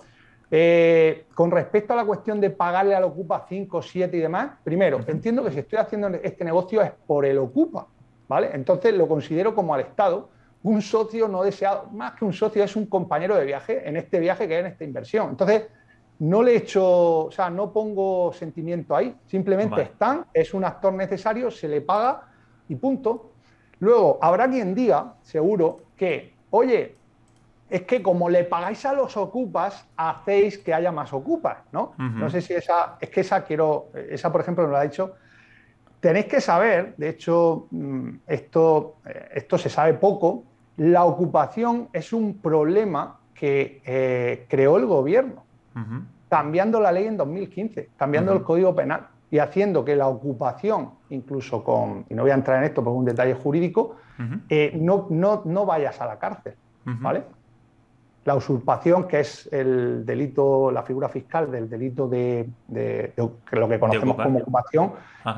con respecto a la cuestión de pagarle al Ocupa 5, 7 y demás, primero, entiendo que si estoy haciendo este negocio es por el Ocupa, ¿vale? Entonces lo considero como al Estado un socio no deseado, más que un socio, es un compañero de viaje en este viaje que es en esta inversión. Entonces, no le echo, o sea, no pongo sentimiento ahí, simplemente es un actor necesario, se le paga y punto. Luego, habrá quien diga, seguro, que, oye, es que como le pagáis a los ocupas, hacéis que haya más ocupas, ¿no? No sé si esa por ejemplo, nos lo ha dicho. Tenéis que saber, de hecho, esto se sabe poco, la ocupación es un problema que creó el gobierno, cambiando la ley en 2015, cambiando el Código Penal y haciendo que la ocupación, incluso y no voy a entrar en esto por un detalle jurídico, no vayas a la cárcel, ¿vale? La usurpación, que es el delito, la figura fiscal del delito de lo que conocemos como ocupación,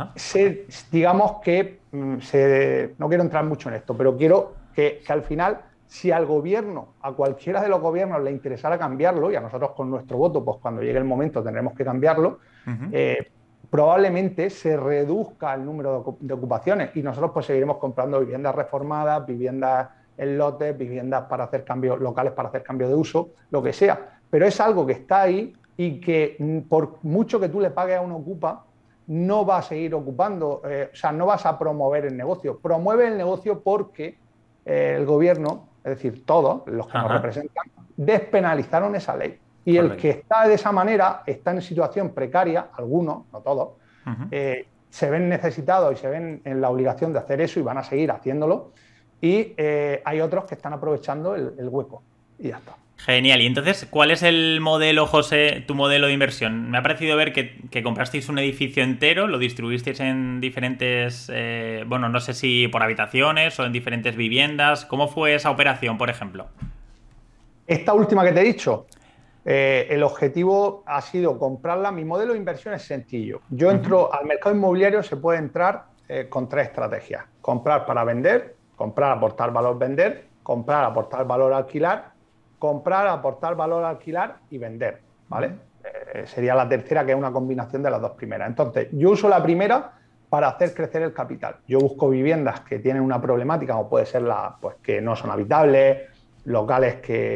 digamos que, no quiero entrar mucho en esto, pero quiero que al final, si al gobierno, a cualquiera de los gobiernos le interesara cambiarlo, y a nosotros con nuestro voto, pues cuando llegue el momento tendremos que cambiarlo, probablemente se reduzca el número de ocupaciones y nosotros pues seguiremos comprando viviendas reformadas, viviendas en lotes, viviendas para hacer cambios locales, para hacer cambio de uso, lo que sea. Pero es algo que está ahí y que por mucho que tú le pagues a un ocupa, no va a seguir ocupando, o sea, no vas a promover el negocio. Promueve el negocio porque el gobierno, es decir, todos los que nos representan, despenalizaron esa ley. Y el que está de esa manera está en situación precaria, algunos, no todos, se ven necesitados y se ven en la obligación de hacer eso y van a seguir haciéndolo. Y hay otros que están aprovechando el hueco. y ya está. Genial. Y entonces, ¿cuál es el modelo, José, tu modelo de inversión? Me ha parecido ver que comprasteis un edificio entero, lo distribuisteis en diferentes, bueno, no sé si por habitaciones o en diferentes viviendas. ¿Cómo fue esa operación, por ejemplo? Esta última que te he dicho, el objetivo ha sido comprarla. Mi modelo de inversión es sencillo. Yo entro al mercado inmobiliario, se puede entrar con tres estrategias. Comprar para vender, comprar, aportar valor, vender, comprar, aportar valor, alquilar, comprar, aportar valor, alquilar y vender, ¿vale? Sería la tercera, que es una combinación de las dos primeras. Entonces, yo uso la primera para hacer crecer el capital. Yo busco viviendas que tienen una problemática, como puede ser pues, que no son habitables, locales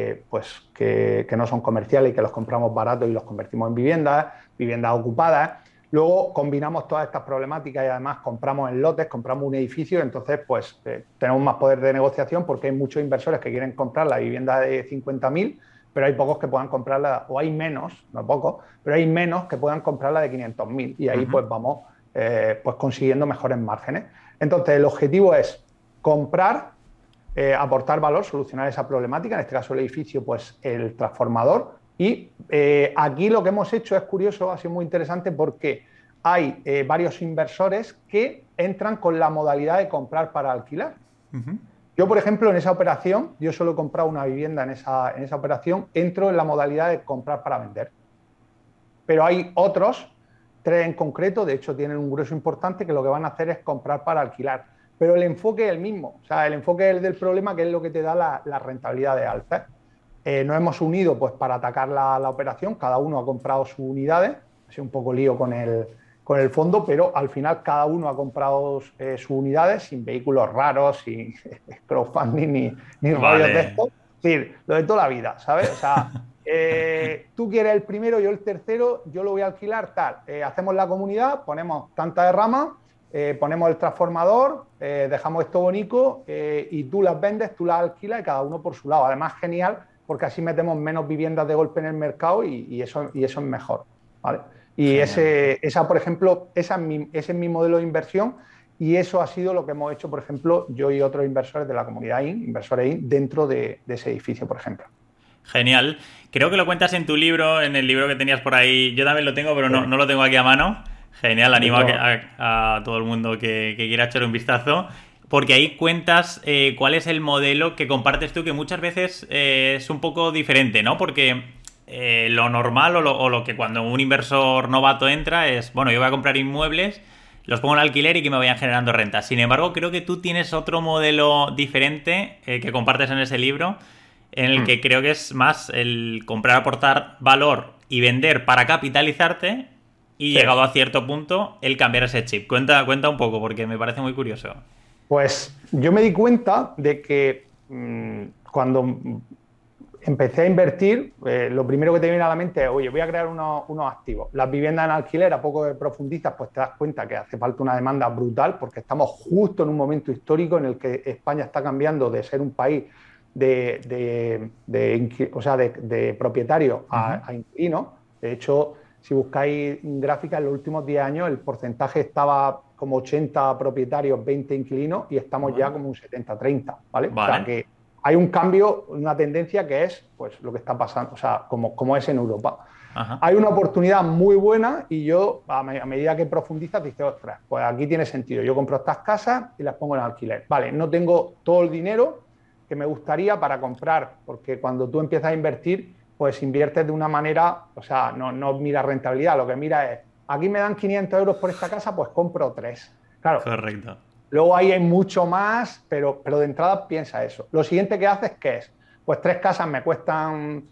que no son comerciales y que los compramos baratos y los convertimos en viviendas ocupadas. Luego combinamos todas estas problemáticas y además compramos en lotes, compramos un edificio, entonces pues tenemos más poder de negociación porque hay muchos inversores que quieren comprar la vivienda de 50.000, pero hay pocos que puedan comprarla, o hay menos, no pocos, pero hay menos que puedan comprarla de 500.000 y ahí pues vamos pues consiguiendo mejores márgenes. Entonces el objetivo es comprar, aportar valor, solucionar esa problemática, en este caso el edificio, pues el transformador. Y aquí lo que hemos hecho es curioso, ha sido muy interesante porque hay varios inversores que entran con la modalidad de comprar para alquilar. Yo, por ejemplo, en esa operación, yo solo he comprado una vivienda en esa operación, entro en la modalidad de comprar para vender. Pero hay otros, tres en concreto, de hecho tienen un grueso importante, que lo que van a hacer es comprar para alquilar. Pero el enfoque es el mismo, o sea, el enfoque es el del problema, que es lo que te da la rentabilidad de alta. Nos hemos unido pues, para atacar la operación, cada uno ha comprado sus unidades, ha sido un poco lío con el fondo, pero al final cada uno ha comprado sus unidades sin vehículos raros, sin crowdfunding ni rollos de esto. Es decir, lo de toda la vida, ¿sabes? O sea, tú quieres el primero, yo el tercero, yo lo voy a alquilar, tal. Hacemos la comunidad, ponemos tanta de rama, ponemos el transformador, dejamos esto bonito y tú las vendes, tú las alquilas y cada uno por su lado. Además, genial, porque así metemos menos viviendas de golpe en el mercado y eso es mejor, ¿vale? Y esa, por ejemplo, ese es mi modelo de inversión y eso ha sido lo que hemos hecho, por ejemplo, yo y otros inversores de la comunidad inversores dentro de ese edificio, por ejemplo. Genial. Creo que lo cuentas en tu libro, en el libro que tenías por ahí. Yo también lo tengo, pero no lo tengo aquí a mano. Genial, animo a todo el mundo que quiera echar un vistazo. Porque ahí cuentas cuál es el modelo que compartes tú, que muchas veces es un poco diferente, ¿no? Porque lo normal o lo que cuando un inversor novato entra es, bueno, yo voy a comprar inmuebles, los pongo en alquiler y que me vayan generando renta. Sin embargo, creo que tú tienes otro modelo diferente que compartes en ese libro, en el que creo que es más el comprar, aportar valor y vender para capitalizarte y llegado a cierto punto, el cambiar ese chip. Cuenta un poco, porque me parece muy curioso. Pues yo me di cuenta de que cuando empecé a invertir, lo primero que te viene a la mente es, oye, voy a crear unos activos. Las viviendas en alquiler, a poco que profundizas, pues te das cuenta que hace falta una demanda brutal porque estamos justo en un momento histórico en el que España está cambiando de ser un país de propietarios a inquilinos. De hecho, si buscáis gráficas, en los últimos 10 años el porcentaje estaba como 80 propietarios, 20 inquilinos y estamos ya como un 70-30, ¿vale? O sea que hay un cambio, una tendencia que es pues lo que está pasando, o sea, como es en Europa. Hay una oportunidad muy buena y yo, a medida que profundizas, dices, ostras, pues aquí tiene sentido. Yo compro estas casas y las pongo en alquiler. Vale, no tengo todo el dinero que me gustaría para comprar, porque cuando tú empiezas a invertir, pues inviertes de una manera, o sea, no miras rentabilidad, lo que mira es, aquí me dan 500 euros por esta casa, pues compro 3. Claro. Correcto. Luego ahí hay mucho más, pero de entrada piensa eso. Lo siguiente que haces, ¿qué es? Pues 3 casas me cuestan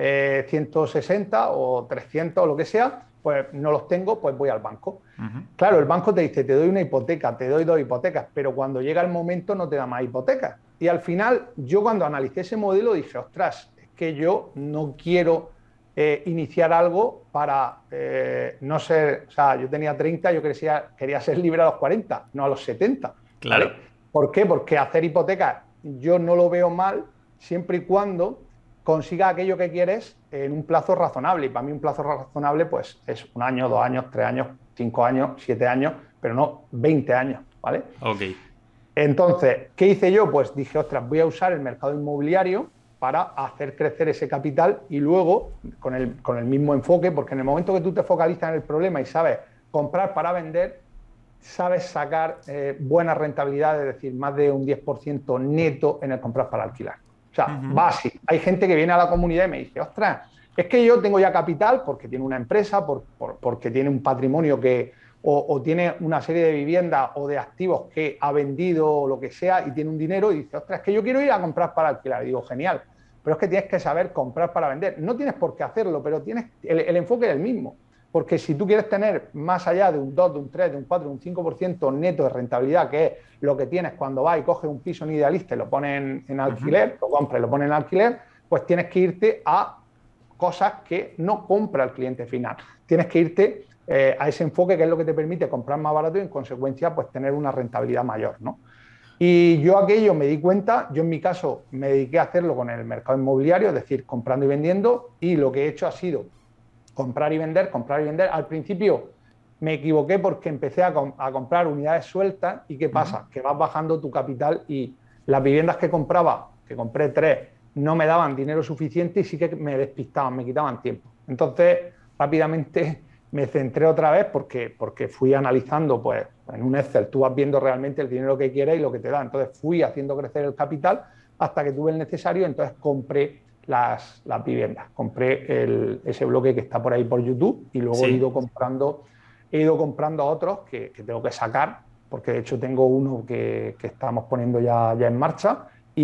160 o 300 o lo que sea, pues no los tengo, pues voy al banco. Claro, el banco te dice, te doy una hipoteca, te doy 2 hipotecas, pero cuando llega el momento no te da más hipotecas. Y al final, yo cuando analicé ese modelo dije, ostras, es que yo no quiero iniciar algo para no ser, o sea, yo tenía 30, yo quería ser libre a los 40, no a los 70. Claro. ¿Vale? ¿Por qué? Porque hacer hipotecas yo no lo veo mal siempre y cuando consiga aquello que quieres en un plazo razonable. Y para mí un plazo razonable pues es 1 año, 2 años, 3 años, 5 años, 7 años, pero no 20 años, ¿vale? Ok. Entonces, ¿qué hice yo? Pues dije, ostras, voy a usar el mercado inmobiliario para hacer crecer ese capital y luego, con el mismo enfoque, porque en el momento que tú te focalizas en el problema y sabes comprar para vender, sabes sacar buena rentabilidad, es decir, más de un 10% neto en el comprar para alquilar. O sea, va así. Hay gente que viene a la comunidad y me dice, ostras, es que yo tengo ya capital porque tiene una empresa, porque tiene un patrimonio o tiene una serie de viviendas o de activos que ha vendido o lo que sea y tiene un dinero y dice, ostras, es que yo quiero ir a comprar para alquilar. Y digo, genial, pero es que tienes que saber comprar para vender. No tienes por qué hacerlo, pero el enfoque es el mismo. Porque si tú quieres tener más allá de un 2, de un 3, de un 4, de un 5% neto de rentabilidad, que es lo que tienes cuando vas y coges un piso en Idealista y lo pones en alquiler, lo compras y lo pones en alquiler, pues tienes que irte a cosas que no compra el cliente final. Tienes que irte a ese enfoque que es lo que te permite comprar más barato y en consecuencia pues tener una rentabilidad mayor, ¿no? Y yo aquello me di cuenta, yo en mi caso me dediqué a hacerlo con el mercado inmobiliario, es decir, comprando y vendiendo, y lo que he hecho ha sido comprar y vender, comprar y vender. Al principio me equivoqué porque empecé a comprar unidades sueltas y ¿qué pasa? Que vas bajando tu capital y las viviendas que compraba, que compré 3, no me daban dinero suficiente y sí que me despistaban, me quitaban tiempo. Entonces, rápidamente me centré otra vez porque fui analizando, pues en un Excel tú vas viendo realmente el dinero que quieres y lo que te da. Entonces fui haciendo crecer el capital hasta que tuve el necesario, entonces compré las viviendas. Compré ese bloque que está por ahí por YouTube y luego he ido comprando otros que tengo que sacar, porque de hecho tengo uno que estamos poniendo ya en marcha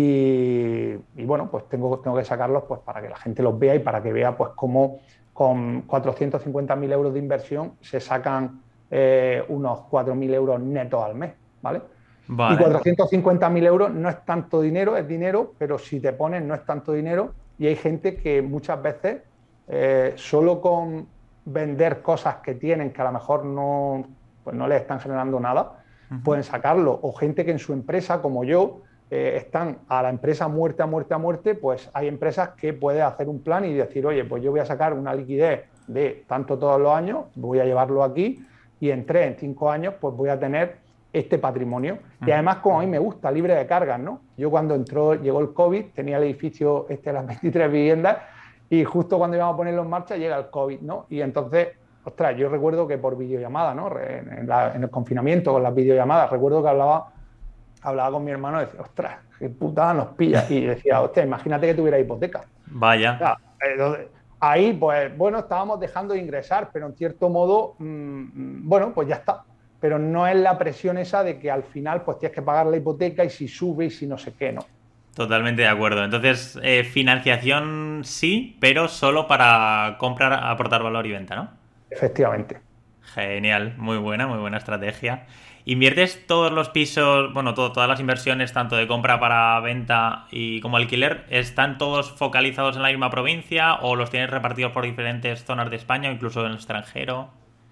y bueno, pues tengo que sacarlos pues para que la gente los vea y para que vea pues cómo con 450.000 euros de inversión se sacan unos 4.000 euros netos al mes, ¿vale? Vale. Y 450.000 euros no es tanto dinero, es dinero, pero si te pones no es tanto dinero. Y hay gente que muchas veces solo con vender cosas que tienen que a lo mejor no les están generando nada, pueden sacarlo. O gente que en su empresa, como yo, están a la empresa muerte, a muerte, a muerte, pues hay empresas que pueden hacer un plan y decir, oye, pues yo voy a sacar una liquidez de tanto todos los años, voy a llevarlo aquí y en 3, en 5 años, pues voy a tener este patrimonio. Y además, como a mí me gusta, libre de cargas, ¿no? Yo cuando llegó el COVID, tenía el edificio de las 23 viviendas y justo cuando íbamos a ponerlo en marcha llega el COVID, ¿no? Y entonces, ostras, yo recuerdo que por videollamada, ¿no? En el confinamiento, con las videollamadas, recuerdo que hablaba con mi hermano y decía, ostras, qué putada nos pilla. Y decía, hostia, imagínate que tuviera hipoteca. Vaya. O sea, ahí, pues, bueno, estábamos dejando de ingresar, pero en cierto modo, bueno, pues ya está. Pero no es la presión esa de que al final pues tienes que pagar la hipoteca y si sube y si no sé qué, ¿no? Totalmente de acuerdo. Entonces, financiación sí, pero solo para comprar, aportar valor y venta, ¿no? Efectivamente. Genial, muy buena estrategia. ¿Inviertes todos los pisos, bueno, todas las inversiones, tanto de compra para venta y como alquiler, están todos focalizados en la misma provincia o los tienes repartidos por diferentes zonas de España o incluso en el extranjero?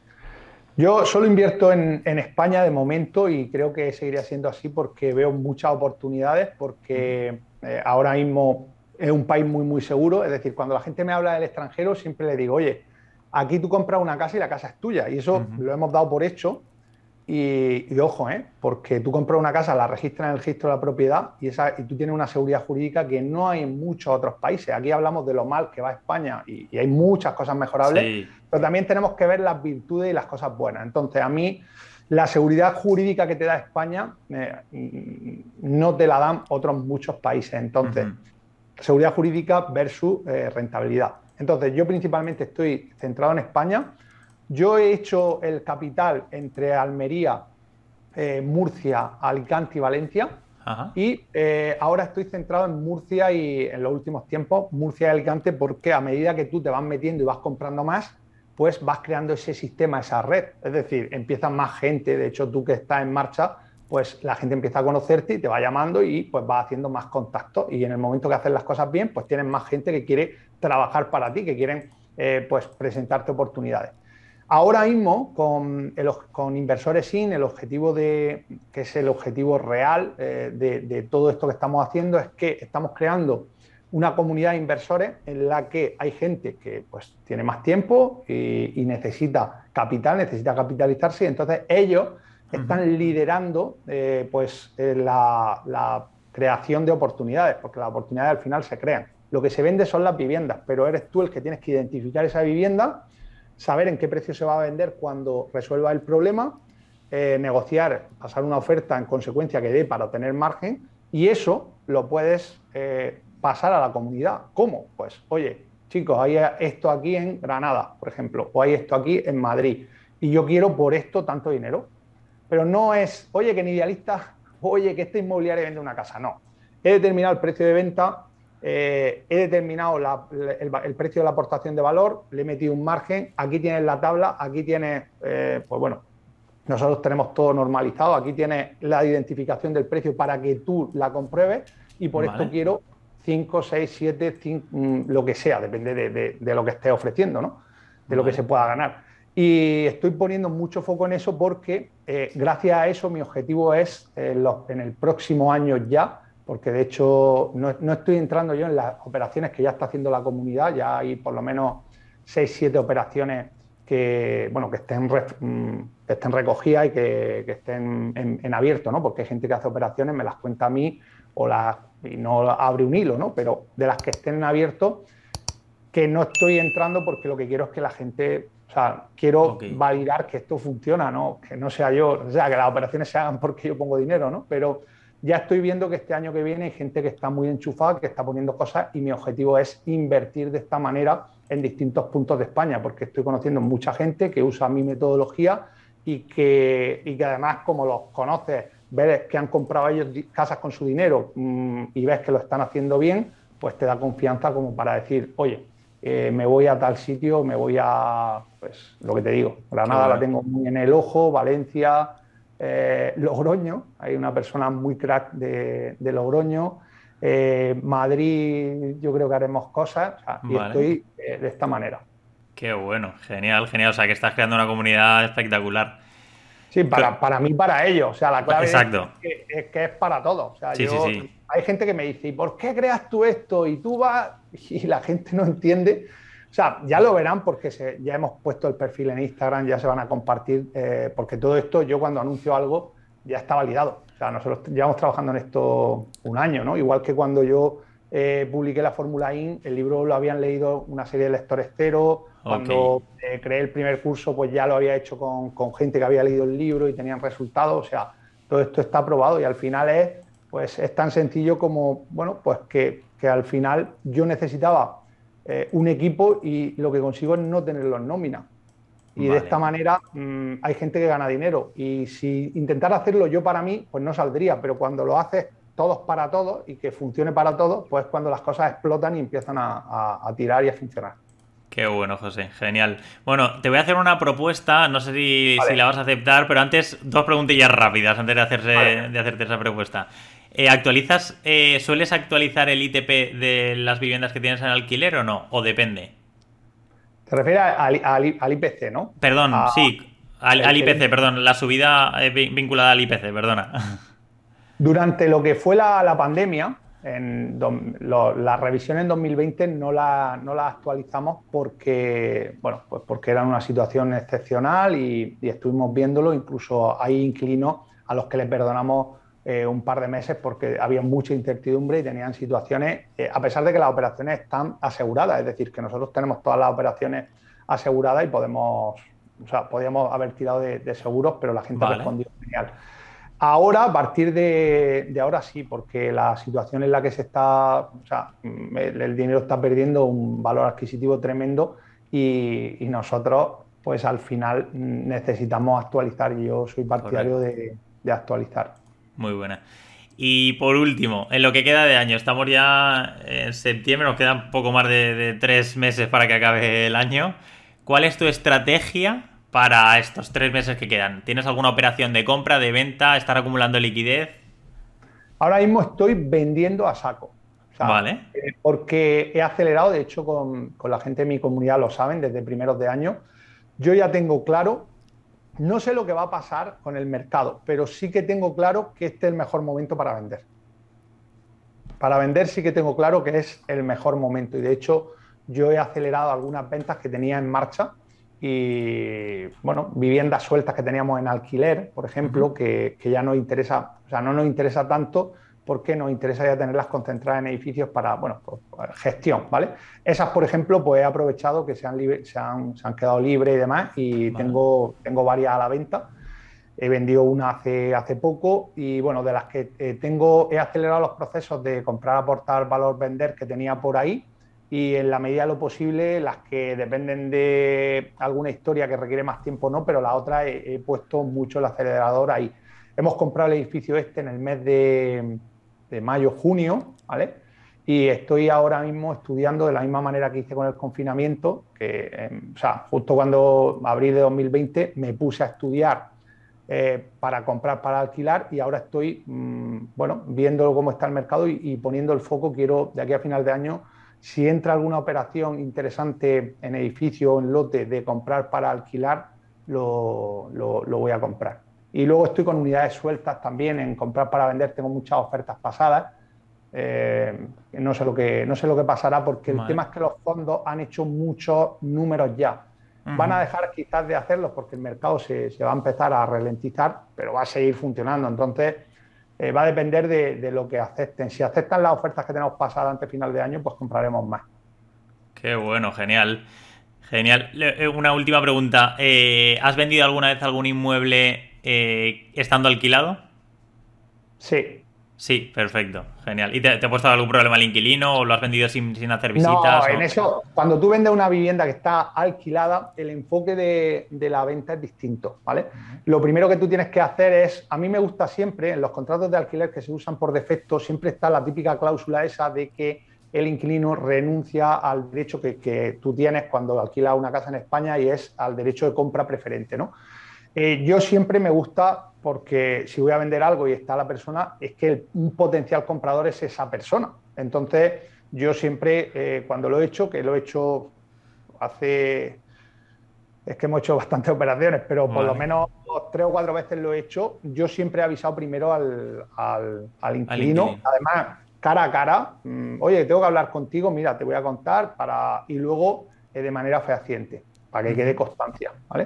Yo solo invierto en España de momento y creo que seguiría siendo así porque veo muchas oportunidades, porque ahora mismo es un país muy, muy seguro. Es decir, cuando la gente me habla del extranjero, siempre le digo, oye, aquí tú compras una casa y la casa es tuya. Y eso lo hemos dado por hecho. Y ojo, porque tú compras una casa, la registras en el registro de la propiedad y tú tienes una seguridad jurídica que no hay en muchos otros países. Aquí hablamos de lo mal que va España y hay muchas cosas mejorables, sí, pero también tenemos que ver las virtudes y las cosas buenas. Entonces, a mí, la seguridad jurídica que te da España no te la dan otros muchos países. Entonces, seguridad jurídica versus rentabilidad. Entonces, yo principalmente estoy centrado en España. Yo he hecho el capital entre Almería, Murcia, Alicante y Valencia. Ajá. Y ahora estoy centrado en Murcia y en los últimos tiempos Murcia y Alicante, porque a medida que tú te vas metiendo y vas comprando más, pues vas creando ese sistema, esa red. Es decir, empieza más gente. De hecho, tú que estás en marcha, pues la gente empieza a conocerte y te va llamando y pues vas haciendo más contactos. Y en el momento que haces las cosas bien, pues tienes más gente que quiere trabajar para ti, que quieren pues presentarte oportunidades. Ahora mismo, con Inversores IN, el objetivo que es el objetivo real de todo esto que estamos haciendo, es que estamos creando una comunidad de inversores en la que hay gente que pues, tiene más tiempo y necesita capital, necesita capitalizarse, y entonces ellos están liderando la creación de oportunidades, porque las oportunidades al final se crean. Lo que se vende son las viviendas, pero eres tú el que tienes que identificar esa vivienda, saber en qué precio se va a vender cuando resuelva el problema, negociar, pasar una oferta en consecuencia que dé para obtener margen, y eso lo puedes pasar a la comunidad. ¿Cómo? Pues, oye, chicos, hay esto aquí en Granada, por ejemplo, o hay esto aquí en Madrid, y yo quiero por esto tanto dinero. Pero no es, oye, que en Idealista, oye, que esta inmobiliaria vende una casa. No. He determinado el precio de venta, he determinado el precio de la aportación de valor, le he metido un margen, aquí tienes la tabla, aquí tienes, pues bueno, nosotros tenemos todo normalizado, aquí tienes la identificación del precio para que tú la compruebes y por esto quiero 5, 6, 7, 5, lo que sea, depende de lo que estés ofreciendo, ¿no? De lo que se pueda ganar. Y estoy poniendo mucho foco en eso porque gracias a eso mi objetivo es en el próximo año ya, porque de hecho no estoy entrando yo en las operaciones que ya está haciendo la comunidad, ya hay por lo menos 6, 7 operaciones que, bueno, que estén recogidas y que estén en abierto, ¿no? Porque hay gente que hace operaciones, me las cuenta a mí y no abre un hilo, ¿no? Pero de las que estén en abierto, que no estoy entrando porque lo que quiero es que la gente, o sea, quiero validar que esto funciona, ¿no? Que no sea yo, o sea, que las operaciones se hagan porque yo pongo dinero, ¿no? Pero ya estoy viendo que este año que viene hay gente que está muy enchufada, que está poniendo cosas y mi objetivo es invertir de esta manera en distintos puntos de España, porque estoy conociendo mucha gente que usa mi metodología y que además, como los conoces, ves que han comprado ellos casas con su dinero y ves que lo están haciendo bien, pues te da confianza como para decir, oye, me voy a tal sitio, me voy a, pues lo que te digo, Granada la tengo muy en el ojo, Valencia, Logroño, hay una persona muy crack de Logroño, Madrid yo creo que haremos cosas, o sea, y estoy de esta manera. Qué bueno, genial, genial, o sea que estás creando una comunidad espectacular. Sí, para mí, para ellos, o sea, la clave Exacto. es que es para todos, o sea, sí. Hay gente que me dice, ¿y por qué creas tú esto? Y tú vas, y la gente no entiende. O sea, ya lo verán porque ya hemos puesto el perfil en Instagram, ya se van a compartir, porque todo esto, yo cuando anuncio algo, ya está validado. O sea, nosotros llevamos trabajando en esto un año, ¿no? Igual que cuando yo publiqué la Fórmula IN, el libro lo habían leído una serie de lectores cero. Cuando creé el primer curso, pues ya lo había hecho con gente que había leído el libro y tenían resultados. O sea, todo esto está aprobado y al final es tan sencillo como, bueno, pues que al final yo necesitaba un equipo y lo que consigo es no tenerlo en nómina. Y de esta manera hay gente que gana dinero. Y si intentara hacerlo yo para mí, pues no saldría. Pero cuando lo haces todos para todos y que funcione para todos, pues cuando las cosas explotan y empiezan a tirar y a funcionar. Qué bueno, José, genial. Bueno, te voy a hacer una propuesta, no sé si la vas a aceptar, pero antes 2 preguntillas rápidas antes de hacerte esa propuesta. ¿Sueles actualizar el ITP de las viviendas que tienes en alquiler o no? ¿O depende? Te refieres al IPC, ¿no? Perdón, sí, al IPC, perdón, la subida vinculada al IPC, perdona. Durante lo que fue la pandemia, la revisión en 2020 no la actualizamos porque, bueno, pues porque era una situación excepcional y estuvimos viéndolo, incluso hay inquilinos a los que les perdonamos un par de meses porque había mucha incertidumbre y tenían situaciones, a pesar de que las operaciones están aseguradas, es decir, que nosotros tenemos todas las operaciones aseguradas y podíamos haber tirado de seguros, pero la gente ha respondido genial. Ahora, a partir de ahora sí, porque la situación en la que se está, o sea, el dinero está perdiendo un valor adquisitivo tremendo y nosotros, pues al final necesitamos actualizar y yo soy partidario de actualizar. Muy buena. Y por último, en lo que queda de año, estamos ya en septiembre, nos quedan poco más de 3 meses para que acabe el año. ¿Cuál es tu estrategia para estos 3 meses que quedan? ¿Tienes alguna operación de compra, de venta, estar acumulando liquidez? Ahora mismo estoy vendiendo a saco. O sea, porque he acelerado, de hecho con la gente de mi comunidad lo saben, desde primeros de año. Yo ya tengo claro, no sé lo que va a pasar con el mercado, pero sí que tengo claro que este es el mejor momento para vender. Para vender sí que tengo claro que es el mejor momento y de hecho yo he acelerado algunas ventas que tenía en marcha y, bueno, viviendas sueltas que teníamos en alquiler, por ejemplo, que ya no interesa, o sea, no nos interesa tanto porque nos interesaría tenerlas concentradas en edificios para, bueno, pues, gestión, ¿vale? Esas, por ejemplo, pues he aprovechado que se han quedado libres y demás y Vale. tengo varias a la venta. He vendido una hace poco y, bueno, de las que he acelerado los procesos de comprar, aportar, valor, vender que tenía por ahí, y en la medida de lo posible las que dependen de alguna historia que requiere más tiempo no, pero la otra he puesto mucho el acelerador ahí. Hemos comprado el edificio en el mes de mayo, junio, ¿vale? Y estoy ahora mismo estudiando de la misma manera que hice con el confinamiento, o sea, justo cuando abril de 2020 me puse a estudiar para comprar, para alquilar, y ahora estoy, bueno, viendo cómo está el mercado y poniendo el foco. Quiero, de aquí a final de año, si entra alguna operación interesante en edificio o en lote de comprar para alquilar, lo voy a comprar. Y luego estoy con unidades sueltas también en comprar para vender. Tengo muchas ofertas pasadas. No sé lo que pasará, porque el tema es que los fondos han hecho muchos números ya. Van a dejar quizás de hacerlos porque el mercado se va a empezar a ralentizar, pero va a seguir funcionando. Entonces, va a depender de lo que acepten. Si aceptan las ofertas que tenemos pasadas antes de final de año, pues compraremos más. Qué bueno, genial. Genial. Una última pregunta. ¿Has vendido alguna vez algún inmueble estando alquilado? Sí. Sí, perfecto, genial. ¿Y te ha puesto algún problema el inquilino o lo has vendido sin hacer visitas? No, en eso, cuando tú vendes una vivienda que está alquilada, el enfoque de la venta es distinto, ¿vale? Lo primero que tú tienes que hacer es, a mí me gusta siempre, en los contratos de alquiler que se usan por defecto, siempre está la típica cláusula esa de que el inquilino renuncia al derecho que tú tienes cuando alquilas una casa en España, y es al derecho de compra preferente, ¿no? Yo siempre me gusta, porque si voy a vender algo y está la persona, es que un potencial comprador es esa persona. Entonces, yo siempre, cuando lo he hecho, que lo he hecho es que hemos hecho bastantes operaciones, pero por lo menos 3 o 4 veces lo he hecho, yo siempre he avisado primero al inquilino. Además, cara a cara, oye, tengo que hablar contigo, mira, te voy a contar, y luego de manera fehaciente, para que quede constancia, ¿vale?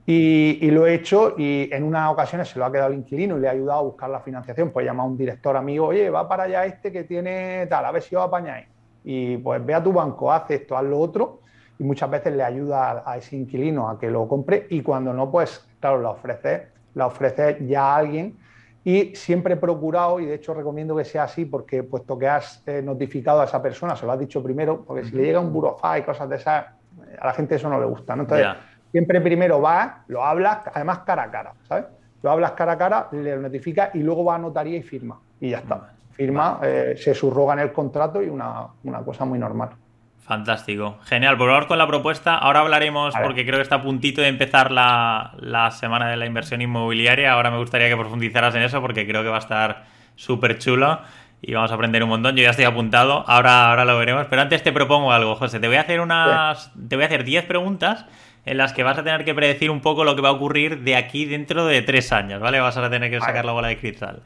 Y lo he hecho, y en unas ocasiones se lo ha quedado el inquilino y le ha ayudado a buscar la financiación. Pues llama a un director amigo, oye, va para allá que tiene tal, a ver si os apañáis. Y pues ve a tu banco, haz esto, haz lo otro, y muchas veces le ayuda a ese inquilino a que lo compre, y cuando no, pues claro, la ofreces ya a alguien. Y siempre he procurado, y de hecho recomiendo que sea así, porque puesto que has notificado a esa persona, se lo has dicho primero, porque si le llega un burofax y cosas de esas, a la gente eso no le gusta, ¿no? Entonces, siempre primero vas, lo hablas, además cara a cara, ¿sabes? Lo hablas cara a cara, le notificas y luego va a notaría y firma. Y ya está. Firma, se subroga en el contrato, y una cosa muy normal. Fantástico. Genial, pues vamos con la propuesta. Ahora hablaremos, porque creo que está a puntito de empezar la semana de la inversión inmobiliaria. Ahora me gustaría que profundizaras en eso, porque creo que va a estar súper chulo y vamos a aprender un montón. Yo ya estoy apuntado, ahora lo veremos. Pero antes te propongo algo, José. Te voy a hacer 10 preguntas en las que vas a tener que predecir un poco lo que va a ocurrir de aquí dentro de 3 años, ¿vale? Vas a tener que sacar la bola de cristal.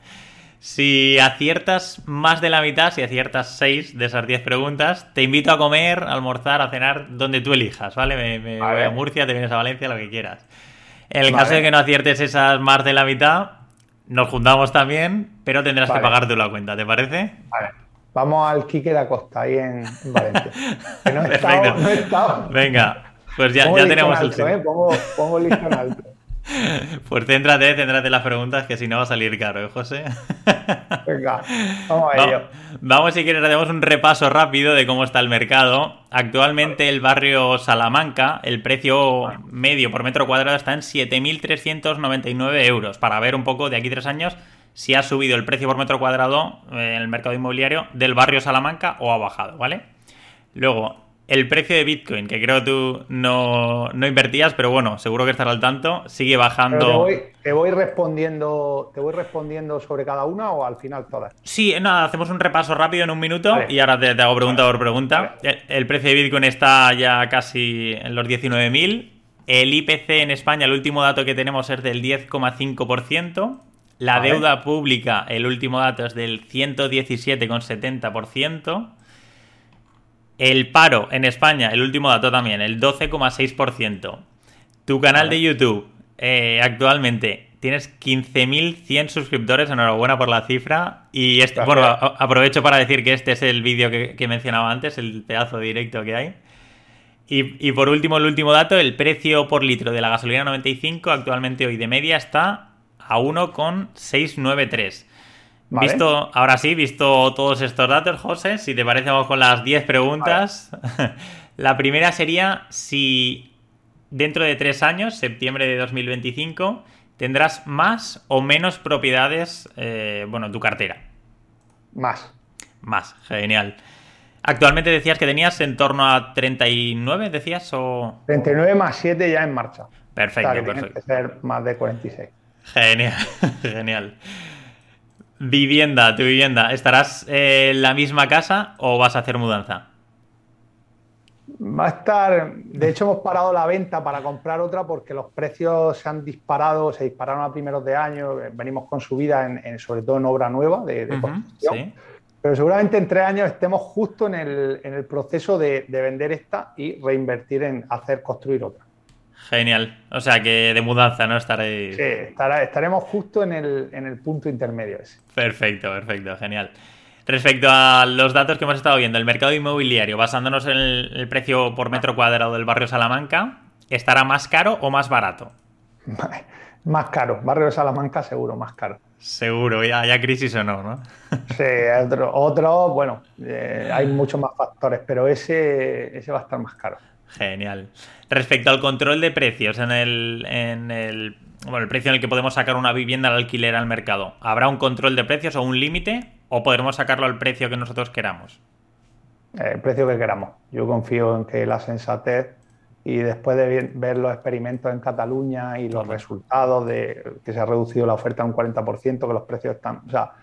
Si aciertas más de la mitad, si aciertas 6 de esas 10 preguntas, te invito a comer, a almorzar, a cenar, donde tú elijas, ¿vale? Me voy a Murcia, te vienes a Valencia, lo que quieras. En el caso de que no aciertes esas más de la mitad, nos juntamos también, pero tendrás que pagar tú la cuenta, ¿te parece? Vale. Vamos al Quique da Costa, ahí en Valencia. Que no he estado. Venga, pues ya tenemos el sitio. Pongo el listón alto. Pues céntrate las preguntas, que si no va a salir caro, ¿eh, José? Venga, vamos a ello. Vamos, si quieres, hacemos un repaso rápido de cómo está el mercado. Actualmente el barrio Salamanca, el precio medio por metro cuadrado está en 7.399 euros. Para ver un poco de aquí 3 años si ha subido el precio por metro cuadrado en el mercado inmobiliario del barrio Salamanca o ha bajado, ¿vale? Luego, el precio de Bitcoin, que creo tú no invertías, pero bueno, seguro que estará al tanto, sigue bajando. ¿Te voy respondiendo sobre cada una o al final todas? Sí, nada, hacemos un repaso rápido en un minuto, y ahora te hago pregunta por pregunta. El precio de Bitcoin está ya casi en los 19.000. El IPC en España, el último dato que tenemos es del 10,5%. La deuda pública, el último dato es del 117,70%. El paro en España, el último dato también, el 12,6%. Tu canal de YouTube actualmente Tienes 15.100 suscriptores, enhorabuena por la cifra. Y Gracias. bueno, aprovecho para decir que este es el vídeo que mencionaba antes, el pedazo de directo que hay. Y por último, el último dato, el precio por litro de la gasolina 95 actualmente hoy de media está a 1,693. Vale. Ahora sí, visto todos estos datos, José, si te parece vamos con las 10 preguntas. Vale. La primera sería si dentro de 3 años, septiembre de 2025, tendrás más o menos propiedades, en tu cartera. Más. Más, genial. Actualmente decías que tenías en torno a 39, decías, o... 39 más 7 ya en marcha. Perfecto, o sea, que perfecto. Tiene que ser más de 46. Genial, genial. Vivienda, tu vivienda. ¿Estarás en la misma casa o vas a hacer mudanza? Va a estar, de hecho hemos parado la venta para comprar otra porque los precios se dispararon a primeros de año, venimos con subida sobre todo en obra nueva de construcción. Sí. Pero seguramente en 3 años estemos justo en el proceso de vender esta y reinvertir en construir otra. Genial. O sea que de mudanza, ¿no? Estaréis... Sí, estaremos justo en el punto intermedio ese. Perfecto, genial. Respecto a los datos que hemos estado viendo, el mercado inmobiliario, basándonos en el precio por metro cuadrado del barrio Salamanca, ¿estará más caro o más barato? Más caro. Barrio de Salamanca seguro, más caro. Seguro, ya crisis o no, ¿no? Sí, bueno, hay muchos más factores, pero ese va a estar más caro. Genial. Respecto al control de precios el precio en el que podemos sacar una vivienda al alquiler al mercado, ¿habrá un control de precios o un límite o podremos sacarlo al precio que nosotros queramos? El precio que queramos. Yo confío en que la sensatez y después de ver los experimentos en Cataluña y los resultados de que se ha reducido la oferta un 40%, que los precios están... O sea,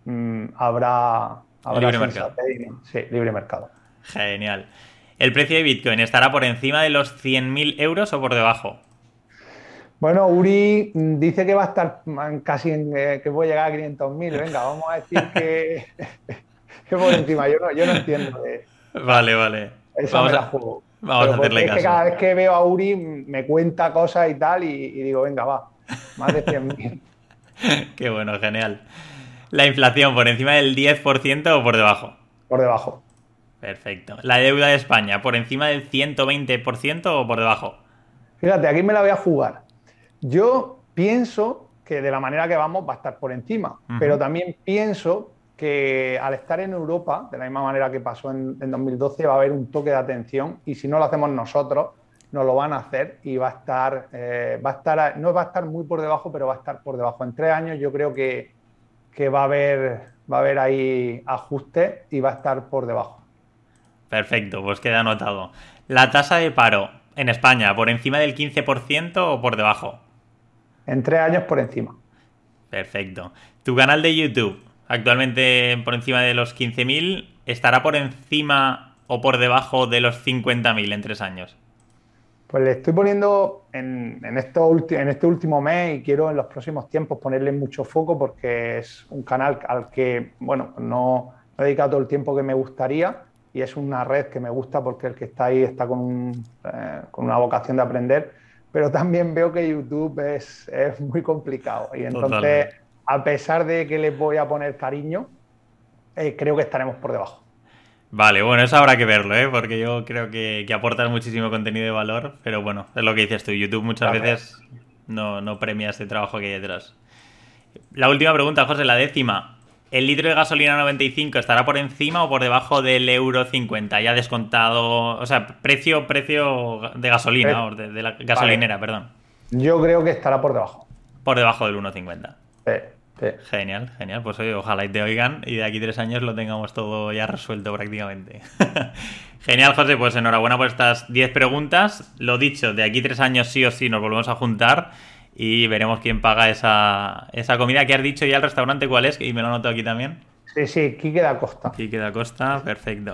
habrá libre mercado. Sí, libre mercado. Genial. ¿El precio de Bitcoin estará por encima de los 100.000 euros o por debajo? Bueno, Uri dice que va a estar casi que puede llegar a 500.000. Venga, vamos a decir que por encima. Yo no entiendo. Vale. Esa me la juego. Vamos a hacerle caso. Es que cada vez que veo a Uri me cuenta cosas y tal y digo, venga, va, más de 100.000. Qué bueno, genial. ¿La inflación por encima del 10% o por debajo? Por debajo. Perfecto. ¿La deuda de España por encima del 120% o por debajo? Fíjate, aquí me la voy a jugar. Yo pienso que de la manera que vamos va a estar por encima, pero también pienso que al estar en Europa, de la misma manera que pasó en 2012, va a haber un toque de atención y si no lo hacemos nosotros, nos lo van a hacer y no va a estar muy por debajo, pero va a estar por debajo. En 3 años yo creo que va a haber ahí ajustes y va a estar por debajo. Perfecto, pues queda anotado. ¿La tasa de paro en España por encima del 15% o por debajo? En 3 años por encima. Perfecto. ¿Tu canal de YouTube, actualmente por encima de los 15.000, estará por encima o por debajo de los 50.000 en 3 años? Pues le estoy poniendo en este último mes y quiero en los próximos tiempos ponerle mucho foco porque es un canal al que, no he dedicado todo el tiempo que me gustaría y es una red que me gusta porque el que está ahí está con una vocación de aprender, pero también veo que YouTube es muy complicado y entonces, totalmente, a pesar de que les voy a poner cariño, creo que estaremos por debajo. Vale, bueno, eso habrá que verlo, porque yo creo que aportas muchísimo contenido de valor, pero bueno, es lo que dices tú, YouTube muchas veces no premia este trabajo que hay detrás. La última pregunta, José, la 10ª. ¿El litro de gasolina 95 estará por encima o por debajo del euro 50? Ya descontado, o sea, precio de gasolina, de la gasolinera, vale. Perdón. Yo creo que estará por debajo. Por debajo del 1,50. Sí. Genial. Pues oye, ojalá y te oigan y de aquí 3 años lo tengamos todo ya resuelto prácticamente. Genial, José, pues enhorabuena por estas 10 preguntas. Lo dicho, de aquí 3 años sí o sí nos volvemos a juntar y veremos quién paga esa comida que has dicho ya el restaurante, ¿cuál es? Y me lo anoto aquí también. Sí, Quique da Costa. Quique da Costa, perfecto.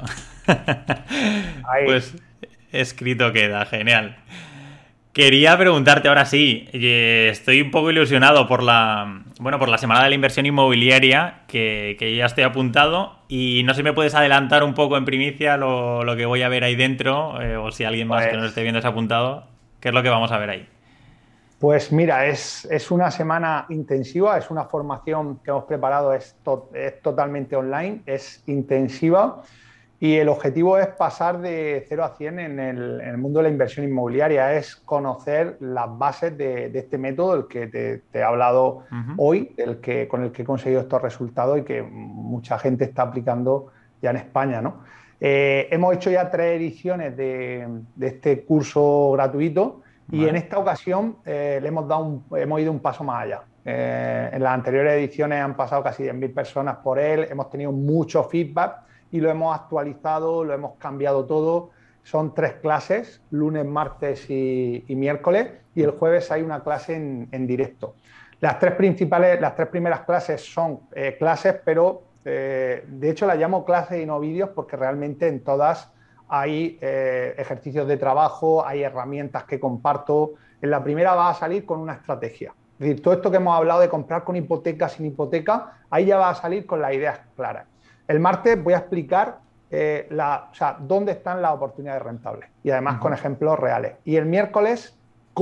Ahí. Pues escrito queda, genial. Quería preguntarte ahora sí, estoy un poco ilusionado por la Semana de la Inversión Inmobiliaria que ya estoy apuntado y no sé si me puedes adelantar un poco en primicia lo que voy a ver ahí dentro o si alguien más que nos esté viendo se ha apuntado, ¿qué es lo que vamos a ver ahí? Pues mira, es una semana intensiva, es una formación que hemos preparado, es totalmente online, es intensiva y el objetivo es pasar de 0 a 100 en el mundo de la inversión inmobiliaria, es conocer las bases de este método del que te he hablado Ujú. hoy, con el que he conseguido estos resultados y que mucha gente está aplicando ya en España, ¿no? Hemos hecho ya 3 ediciones de este curso gratuito. Y en Vale. esta ocasión hemos ido un paso más allá. En las anteriores ediciones han pasado casi 10.000 personas por él, hemos tenido mucho feedback y lo hemos actualizado, lo hemos cambiado todo. Son 3 clases, lunes, martes y miércoles, y el jueves hay una clase en directo. Las tres primeras clases son clases, pero de hecho las llamo clases y no vídeos porque realmente en todas hay ejercicios de trabajo, hay herramientas que comparto. En la primera va a salir con una estrategia. Es decir, todo esto que hemos hablado de comprar con hipoteca, sin hipoteca, ahí ya va a salir con las ideas claras. El martes voy a explicar dónde están las oportunidades rentables y además con ejemplos reales. Y el miércoles,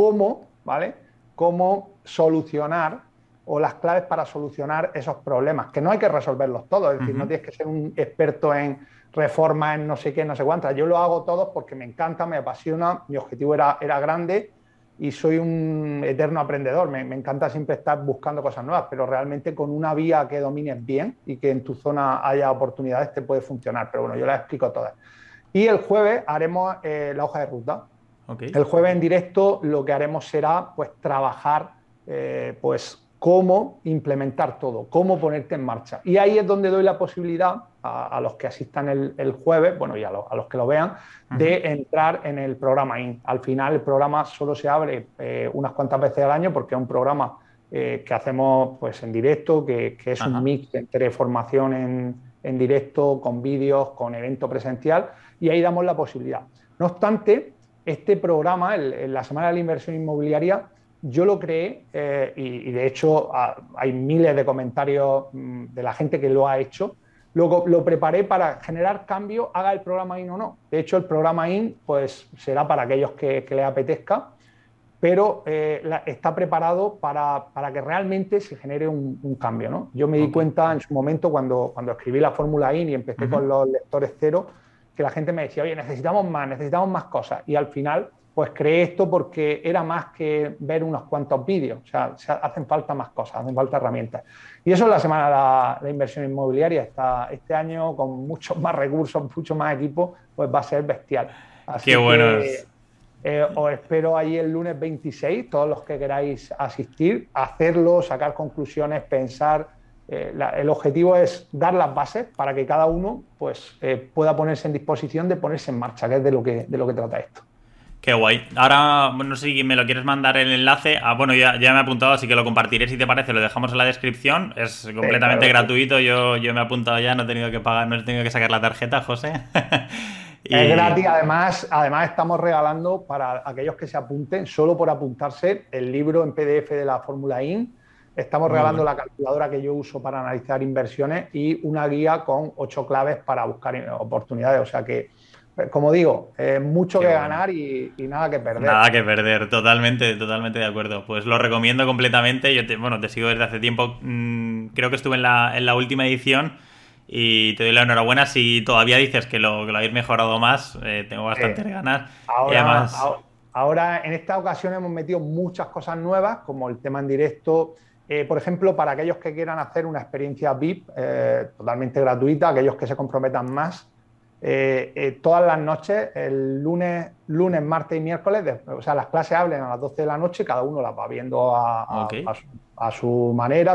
¿vale? Cómo solucionar o las claves para solucionar esos problemas, que no hay que resolverlos todos, es decir, no tienes que ser un experto en reformas, en no sé qué, no sé cuántas. Yo lo hago todos porque me encanta, me apasiona, mi objetivo era grande y soy un eterno aprendedor. Me encanta siempre estar buscando cosas nuevas, pero realmente con una vía que domines bien y que en tu zona haya oportunidades te puede funcionar. Pero bueno, yo las explico todas. Y el jueves haremos la hoja de ruta. Ok. El jueves en directo lo que haremos será pues trabajar pues cómo implementar todo, cómo ponerte en marcha. Y ahí es donde doy la posibilidad a los que asistan el jueves, bueno, y a los que lo vean, de entrar en el programa IN. Al final el programa solo se abre unas cuantas veces al año porque es un programa que hacemos pues en directo, que es un Ajá. mix entre formación en directo, con vídeos, con evento presencial, y ahí damos la posibilidad. No obstante, este programa, la Semana de la Inversión Inmobiliaria, yo lo creé y de hecho hay miles de comentarios de la gente que lo ha hecho. Lo preparé para generar cambio, haga el programa IN o no. De hecho, el programa IN pues, será para aquellos que les apetezca, pero está preparado para que realmente se genere un cambio, ¿no? Yo me di Ok. cuenta en su momento cuando escribí la fórmula IN y empecé con los lectores cero, que la gente me decía, oye, necesitamos más cosas. Y al final, pues creé esto porque era más que ver unos cuantos vídeos. O sea, hacen falta más cosas, hacen falta herramientas. Y eso es la semana de la inversión inmobiliaria. Este año, con muchos más recursos, mucho más equipo, pues va a ser bestial. Qué Así que buenos. os espero ahí el lunes 26, todos los que queráis asistir, hacerlo, sacar conclusiones, pensar. El objetivo es dar las bases para que cada uno pues, pueda ponerse en disposición de ponerse en marcha, que es de lo que trata esto. Qué guay. Ahora, bueno, no sé si me lo quieres mandar el enlace. Ah, bueno, ya me he apuntado, así que lo compartiré si te parece. Lo dejamos en la descripción. Es Sí, completamente claro que sí. gratuito. Yo me he apuntado ya, no he tenido que pagar, no he tenido que sacar la tarjeta, José. Es Y. gratis, además estamos regalando para aquellos que se apunten, solo por apuntarse, el libro en PDF de la Fórmula IN. Estamos Muy regalando bueno. la calculadora que yo uso para analizar inversiones y una guía con 8 claves para buscar oportunidades. O sea que, como digo, mucho Qué que bueno. ganar y nada que perder. Nada que perder, totalmente, totalmente de acuerdo. Pues lo recomiendo completamente. Bueno, te sigo desde hace tiempo. Creo que estuve en la última edición y te doy la enhorabuena. Si todavía dices que lo habéis mejorado más, tengo bastantes Eh, ganas. Y Ahora, además, ahora, en esta ocasión hemos metido muchas cosas nuevas, como el tema en directo. Por ejemplo, para aquellos que quieran hacer una experiencia VIP totalmente gratuita, aquellos que se comprometan más, todas las noches, el lunes, martes y miércoles, o sea, las clases hablen a las 12 de la noche, cada uno las va viendo ok. a su manera,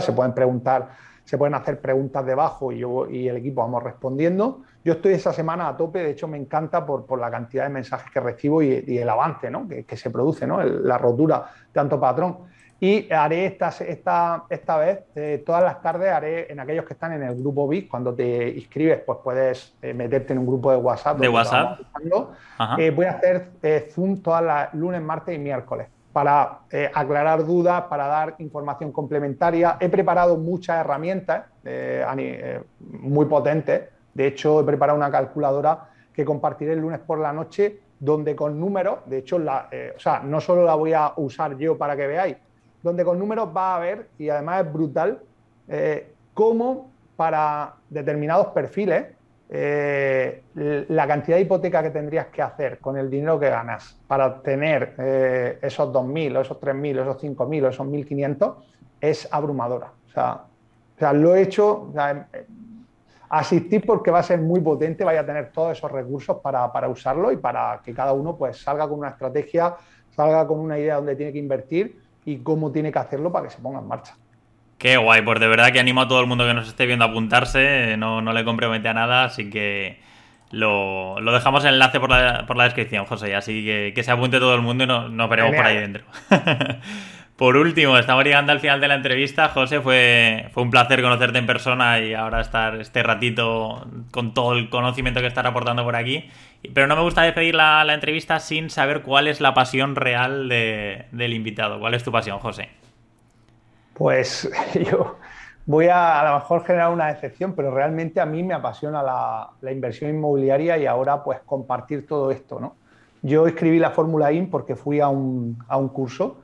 se pueden hacer preguntas debajo y yo y el equipo vamos respondiendo. Yo estoy esa semana a tope, de hecho me encanta por la cantidad de mensajes que recibo y el avance, ¿no? que se produce, ¿no? La rotura de tanto patrón. Y haré esta vez, todas las tardes, haré en aquellos que están en el grupo VIP, cuando te inscribes, pues puedes meterte en un grupo de WhatsApp De donde te vamos WhatsApp. avisando. Ajá. Voy a hacer Zoom todas las lunes, martes y miércoles para aclarar dudas, para dar información complementaria. He preparado muchas herramientas muy potentes. De hecho, he preparado una calculadora que compartiré el lunes por la noche donde con números, de hecho, o sea, no solo la voy a usar yo para que veáis, donde con números va a ver, y además es brutal, cómo para determinados perfiles la cantidad de hipoteca que tendrías que hacer con el dinero que ganas para tener esos 2.000 o esos 3.000 o esos 5.000 o esos 1.500 es abrumadora. O sea, lo he hecho, o sea, asistir porque va a ser muy potente, vaya a tener todos esos recursos para usarlo y para que cada uno pues salga con una estrategia, salga con una idea de dónde tiene que invertir y cómo tiene que hacerlo para que se ponga en marcha. Qué guay, pues de verdad que animo a todo el mundo que nos esté viendo a apuntarse, no le compromete a nada, así que lo dejamos el enlace por la descripción, José, así que se apunte todo el mundo y nos veremos por ahí dentro. Por último, estamos llegando al final de la entrevista, José, fue un placer conocerte en persona y ahora estar este ratito con todo el conocimiento que estás aportando por aquí, pero no me gusta despedir la entrevista sin saber cuál es la pasión real del invitado. ¿Cuál es tu pasión, José? Pues yo voy a lo mejor generar una decepción, pero realmente a mí me apasiona la inversión inmobiliaria y ahora pues compartir todo esto, ¿no? Yo escribí la Fórmula IN porque fui a un curso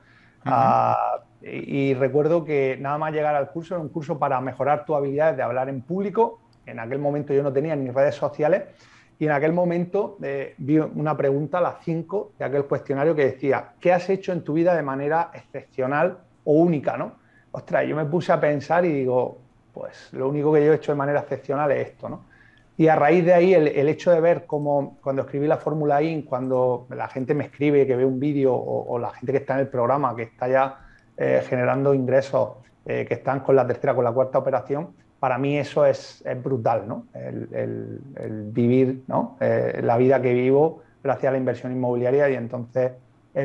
y recuerdo que nada más llegar al curso, era un curso para mejorar tus habilidades de hablar en público. En aquel momento yo no tenía ni redes sociales y en aquel momento vi una pregunta, las 5 de aquel cuestionario que decía, ¿qué has hecho en tu vida de manera excepcional o única, ¿no? Ostras, yo me puse a pensar y digo, pues lo único que yo he hecho de manera excepcional es esto, ¿no? Y a raíz de ahí, el hecho de ver cómo cuando escribí la Fórmula IN, cuando la gente me escribe, que ve un vídeo, o la gente que está en el programa, que está ya generando ingresos, que están con la tercera, con la cuarta operación, para mí eso es brutal, ¿no? El vivir, ¿no? La vida que vivo gracias a la inversión inmobiliaria y entonces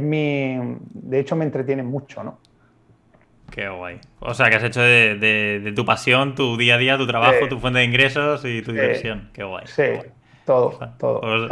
de hecho me entretiene mucho, ¿no? Qué guay. O sea, que has hecho de tu pasión, tu día a día, tu trabajo, tu fuente de ingresos y tu diversión. Qué guay. Sí, Qué guay. todo. Pues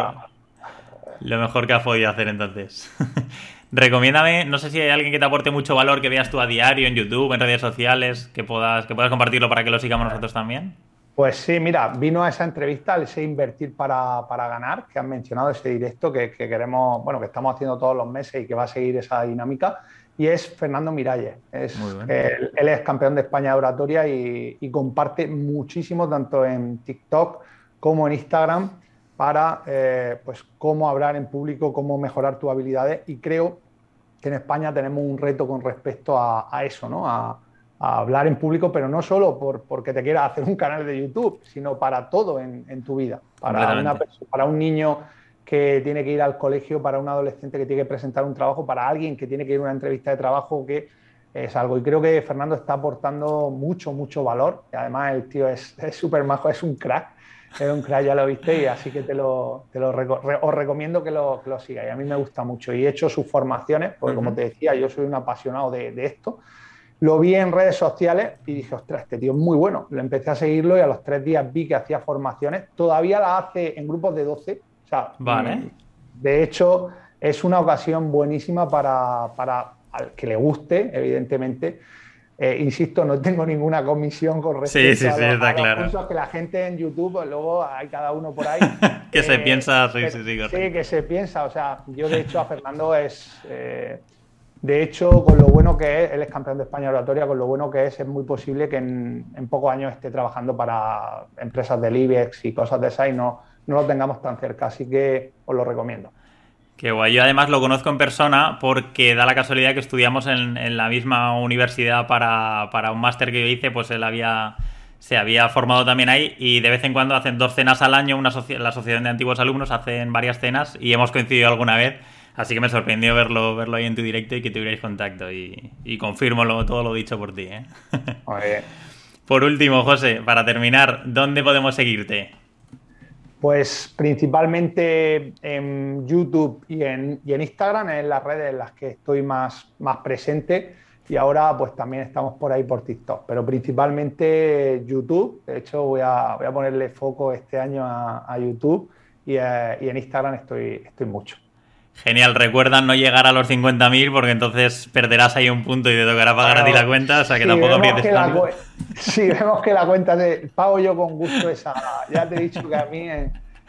lo mejor que has podido hacer entonces. Recomiéndame, no sé si hay alguien que te aporte mucho valor que veas tú a diario en YouTube, en redes sociales, que puedas compartirlo para que lo sigamos nosotros también. Pues sí, mira, vino a esa entrevista el Sé Invertir para Ganar, que han mencionado ese directo que queremos, bueno, que estamos haciendo todos los meses y que va a seguir esa dinámica, y es Fernando Miralles. Él es campeón de España de oratoria y comparte muchísimo, tanto en TikTok como en Instagram, para pues cómo hablar en público, cómo mejorar tus habilidades, y creo que en España tenemos un reto con respecto a eso, ¿no? A hablar en público, pero no solo porque te quieras hacer un canal de YouTube, sino para todo en tu vida. Para un niño que tiene que ir al colegio, para un adolescente que tiene que presentar un trabajo, para alguien que tiene que ir a una entrevista de trabajo, que es algo. Y creo que Fernando está aportando mucho, mucho valor. Y además el tío es súper majo, es un crack. Es un crack, ya lo viste, y así que os recomiendo que lo sigáis. A mí me gusta mucho y he hecho sus formaciones, porque como te decía, yo soy un apasionado de esto. Lo vi en redes sociales y dije, ostras, este tío es muy bueno. Lo empecé a seguirlo y a los 3 días vi que hacía formaciones. Todavía las hace en grupos de 12. O sea, vale. De hecho, es una ocasión buenísima para al que le guste, evidentemente. Insisto, no tengo ninguna comisión con respecto a los cursos que la gente en YouTube, pues luego hay cada uno por ahí. que se piensa, sí, que se piensa. O sea, yo de hecho a Fernando de hecho, con lo bueno que es, él es campeón de España de oratoria, con lo bueno que es muy posible que en pocos años esté trabajando para empresas del IBEX y cosas de esas y no lo tengamos tan cerca, así que os lo recomiendo. Qué guay. Yo además lo conozco en persona porque da la casualidad que estudiamos en la misma universidad para un máster que yo hice, pues él se había formado también ahí y de vez en cuando hacen 2 cenas al año, la Asociación de Antiguos Alumnos hacen varias cenas y hemos coincidido alguna vez. Así que me sorprendió verlo ahí en tu directo y que tuvierais contacto. Y confirmo todo lo dicho por ti, ¿eh? Muy bien. Por último, José, para terminar, ¿dónde podemos seguirte? Pues principalmente en YouTube y en Instagram, en las redes en las que estoy más presente. Y ahora pues también estamos por ahí por TikTok. Pero principalmente YouTube. De hecho, voy a ponerle foco este año a YouTube. Y en Instagram estoy mucho. Genial, recuerda no llegar a los 50.000 porque entonces perderás ahí un punto y te tocará pagar a ti la cuenta, o sea que tampoco aprietes tanto. Si vemos que la cuenta pago yo con gusto esa, ya te he dicho que a mí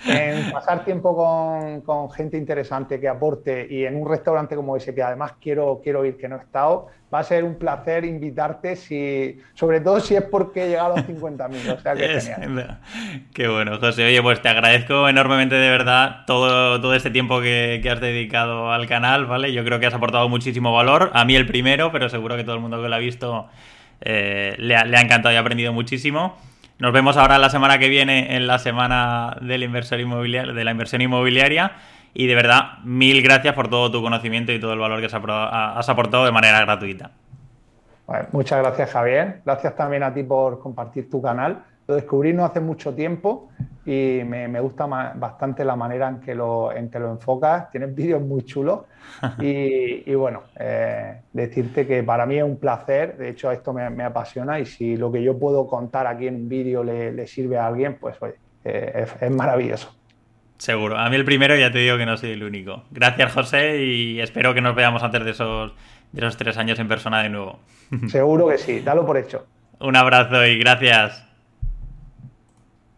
en pasar tiempo con gente interesante que aporte y en un restaurante como ese, que además quiero ir, que no he estado, va a ser un placer invitarte, sobre todo si es porque he llegado a los 50.000, o sea que genial. Qué bueno, José. Oye, pues te agradezco enormemente de verdad todo este tiempo que has dedicado al canal, ¿vale? Yo creo que has aportado muchísimo valor. A mí el primero, pero seguro que todo el mundo que lo ha visto le ha encantado y ha aprendido muchísimo. Nos vemos ahora la semana que viene en la semana del inversor inmobiliario, de la inversión inmobiliaria. Y de verdad, mil gracias por todo tu conocimiento y todo el valor que has aportado de manera gratuita. Bueno, muchas gracias, Javier. Gracias también a ti por compartir tu canal. Lo descubrí no hace mucho tiempo y me gusta bastante la manera en que lo enfocas. Tienes vídeos muy chulos y bueno, decirte que para mí es un placer. De hecho, esto me apasiona y si lo que yo puedo contar aquí en un vídeo le sirve a alguien, pues oye, es maravilloso. Seguro. A mí el primero ya te digo que no soy el único. Gracias, José, y espero que nos veamos antes de esos 3 años en persona de nuevo. Seguro que sí, dalo por hecho. Un abrazo y gracias.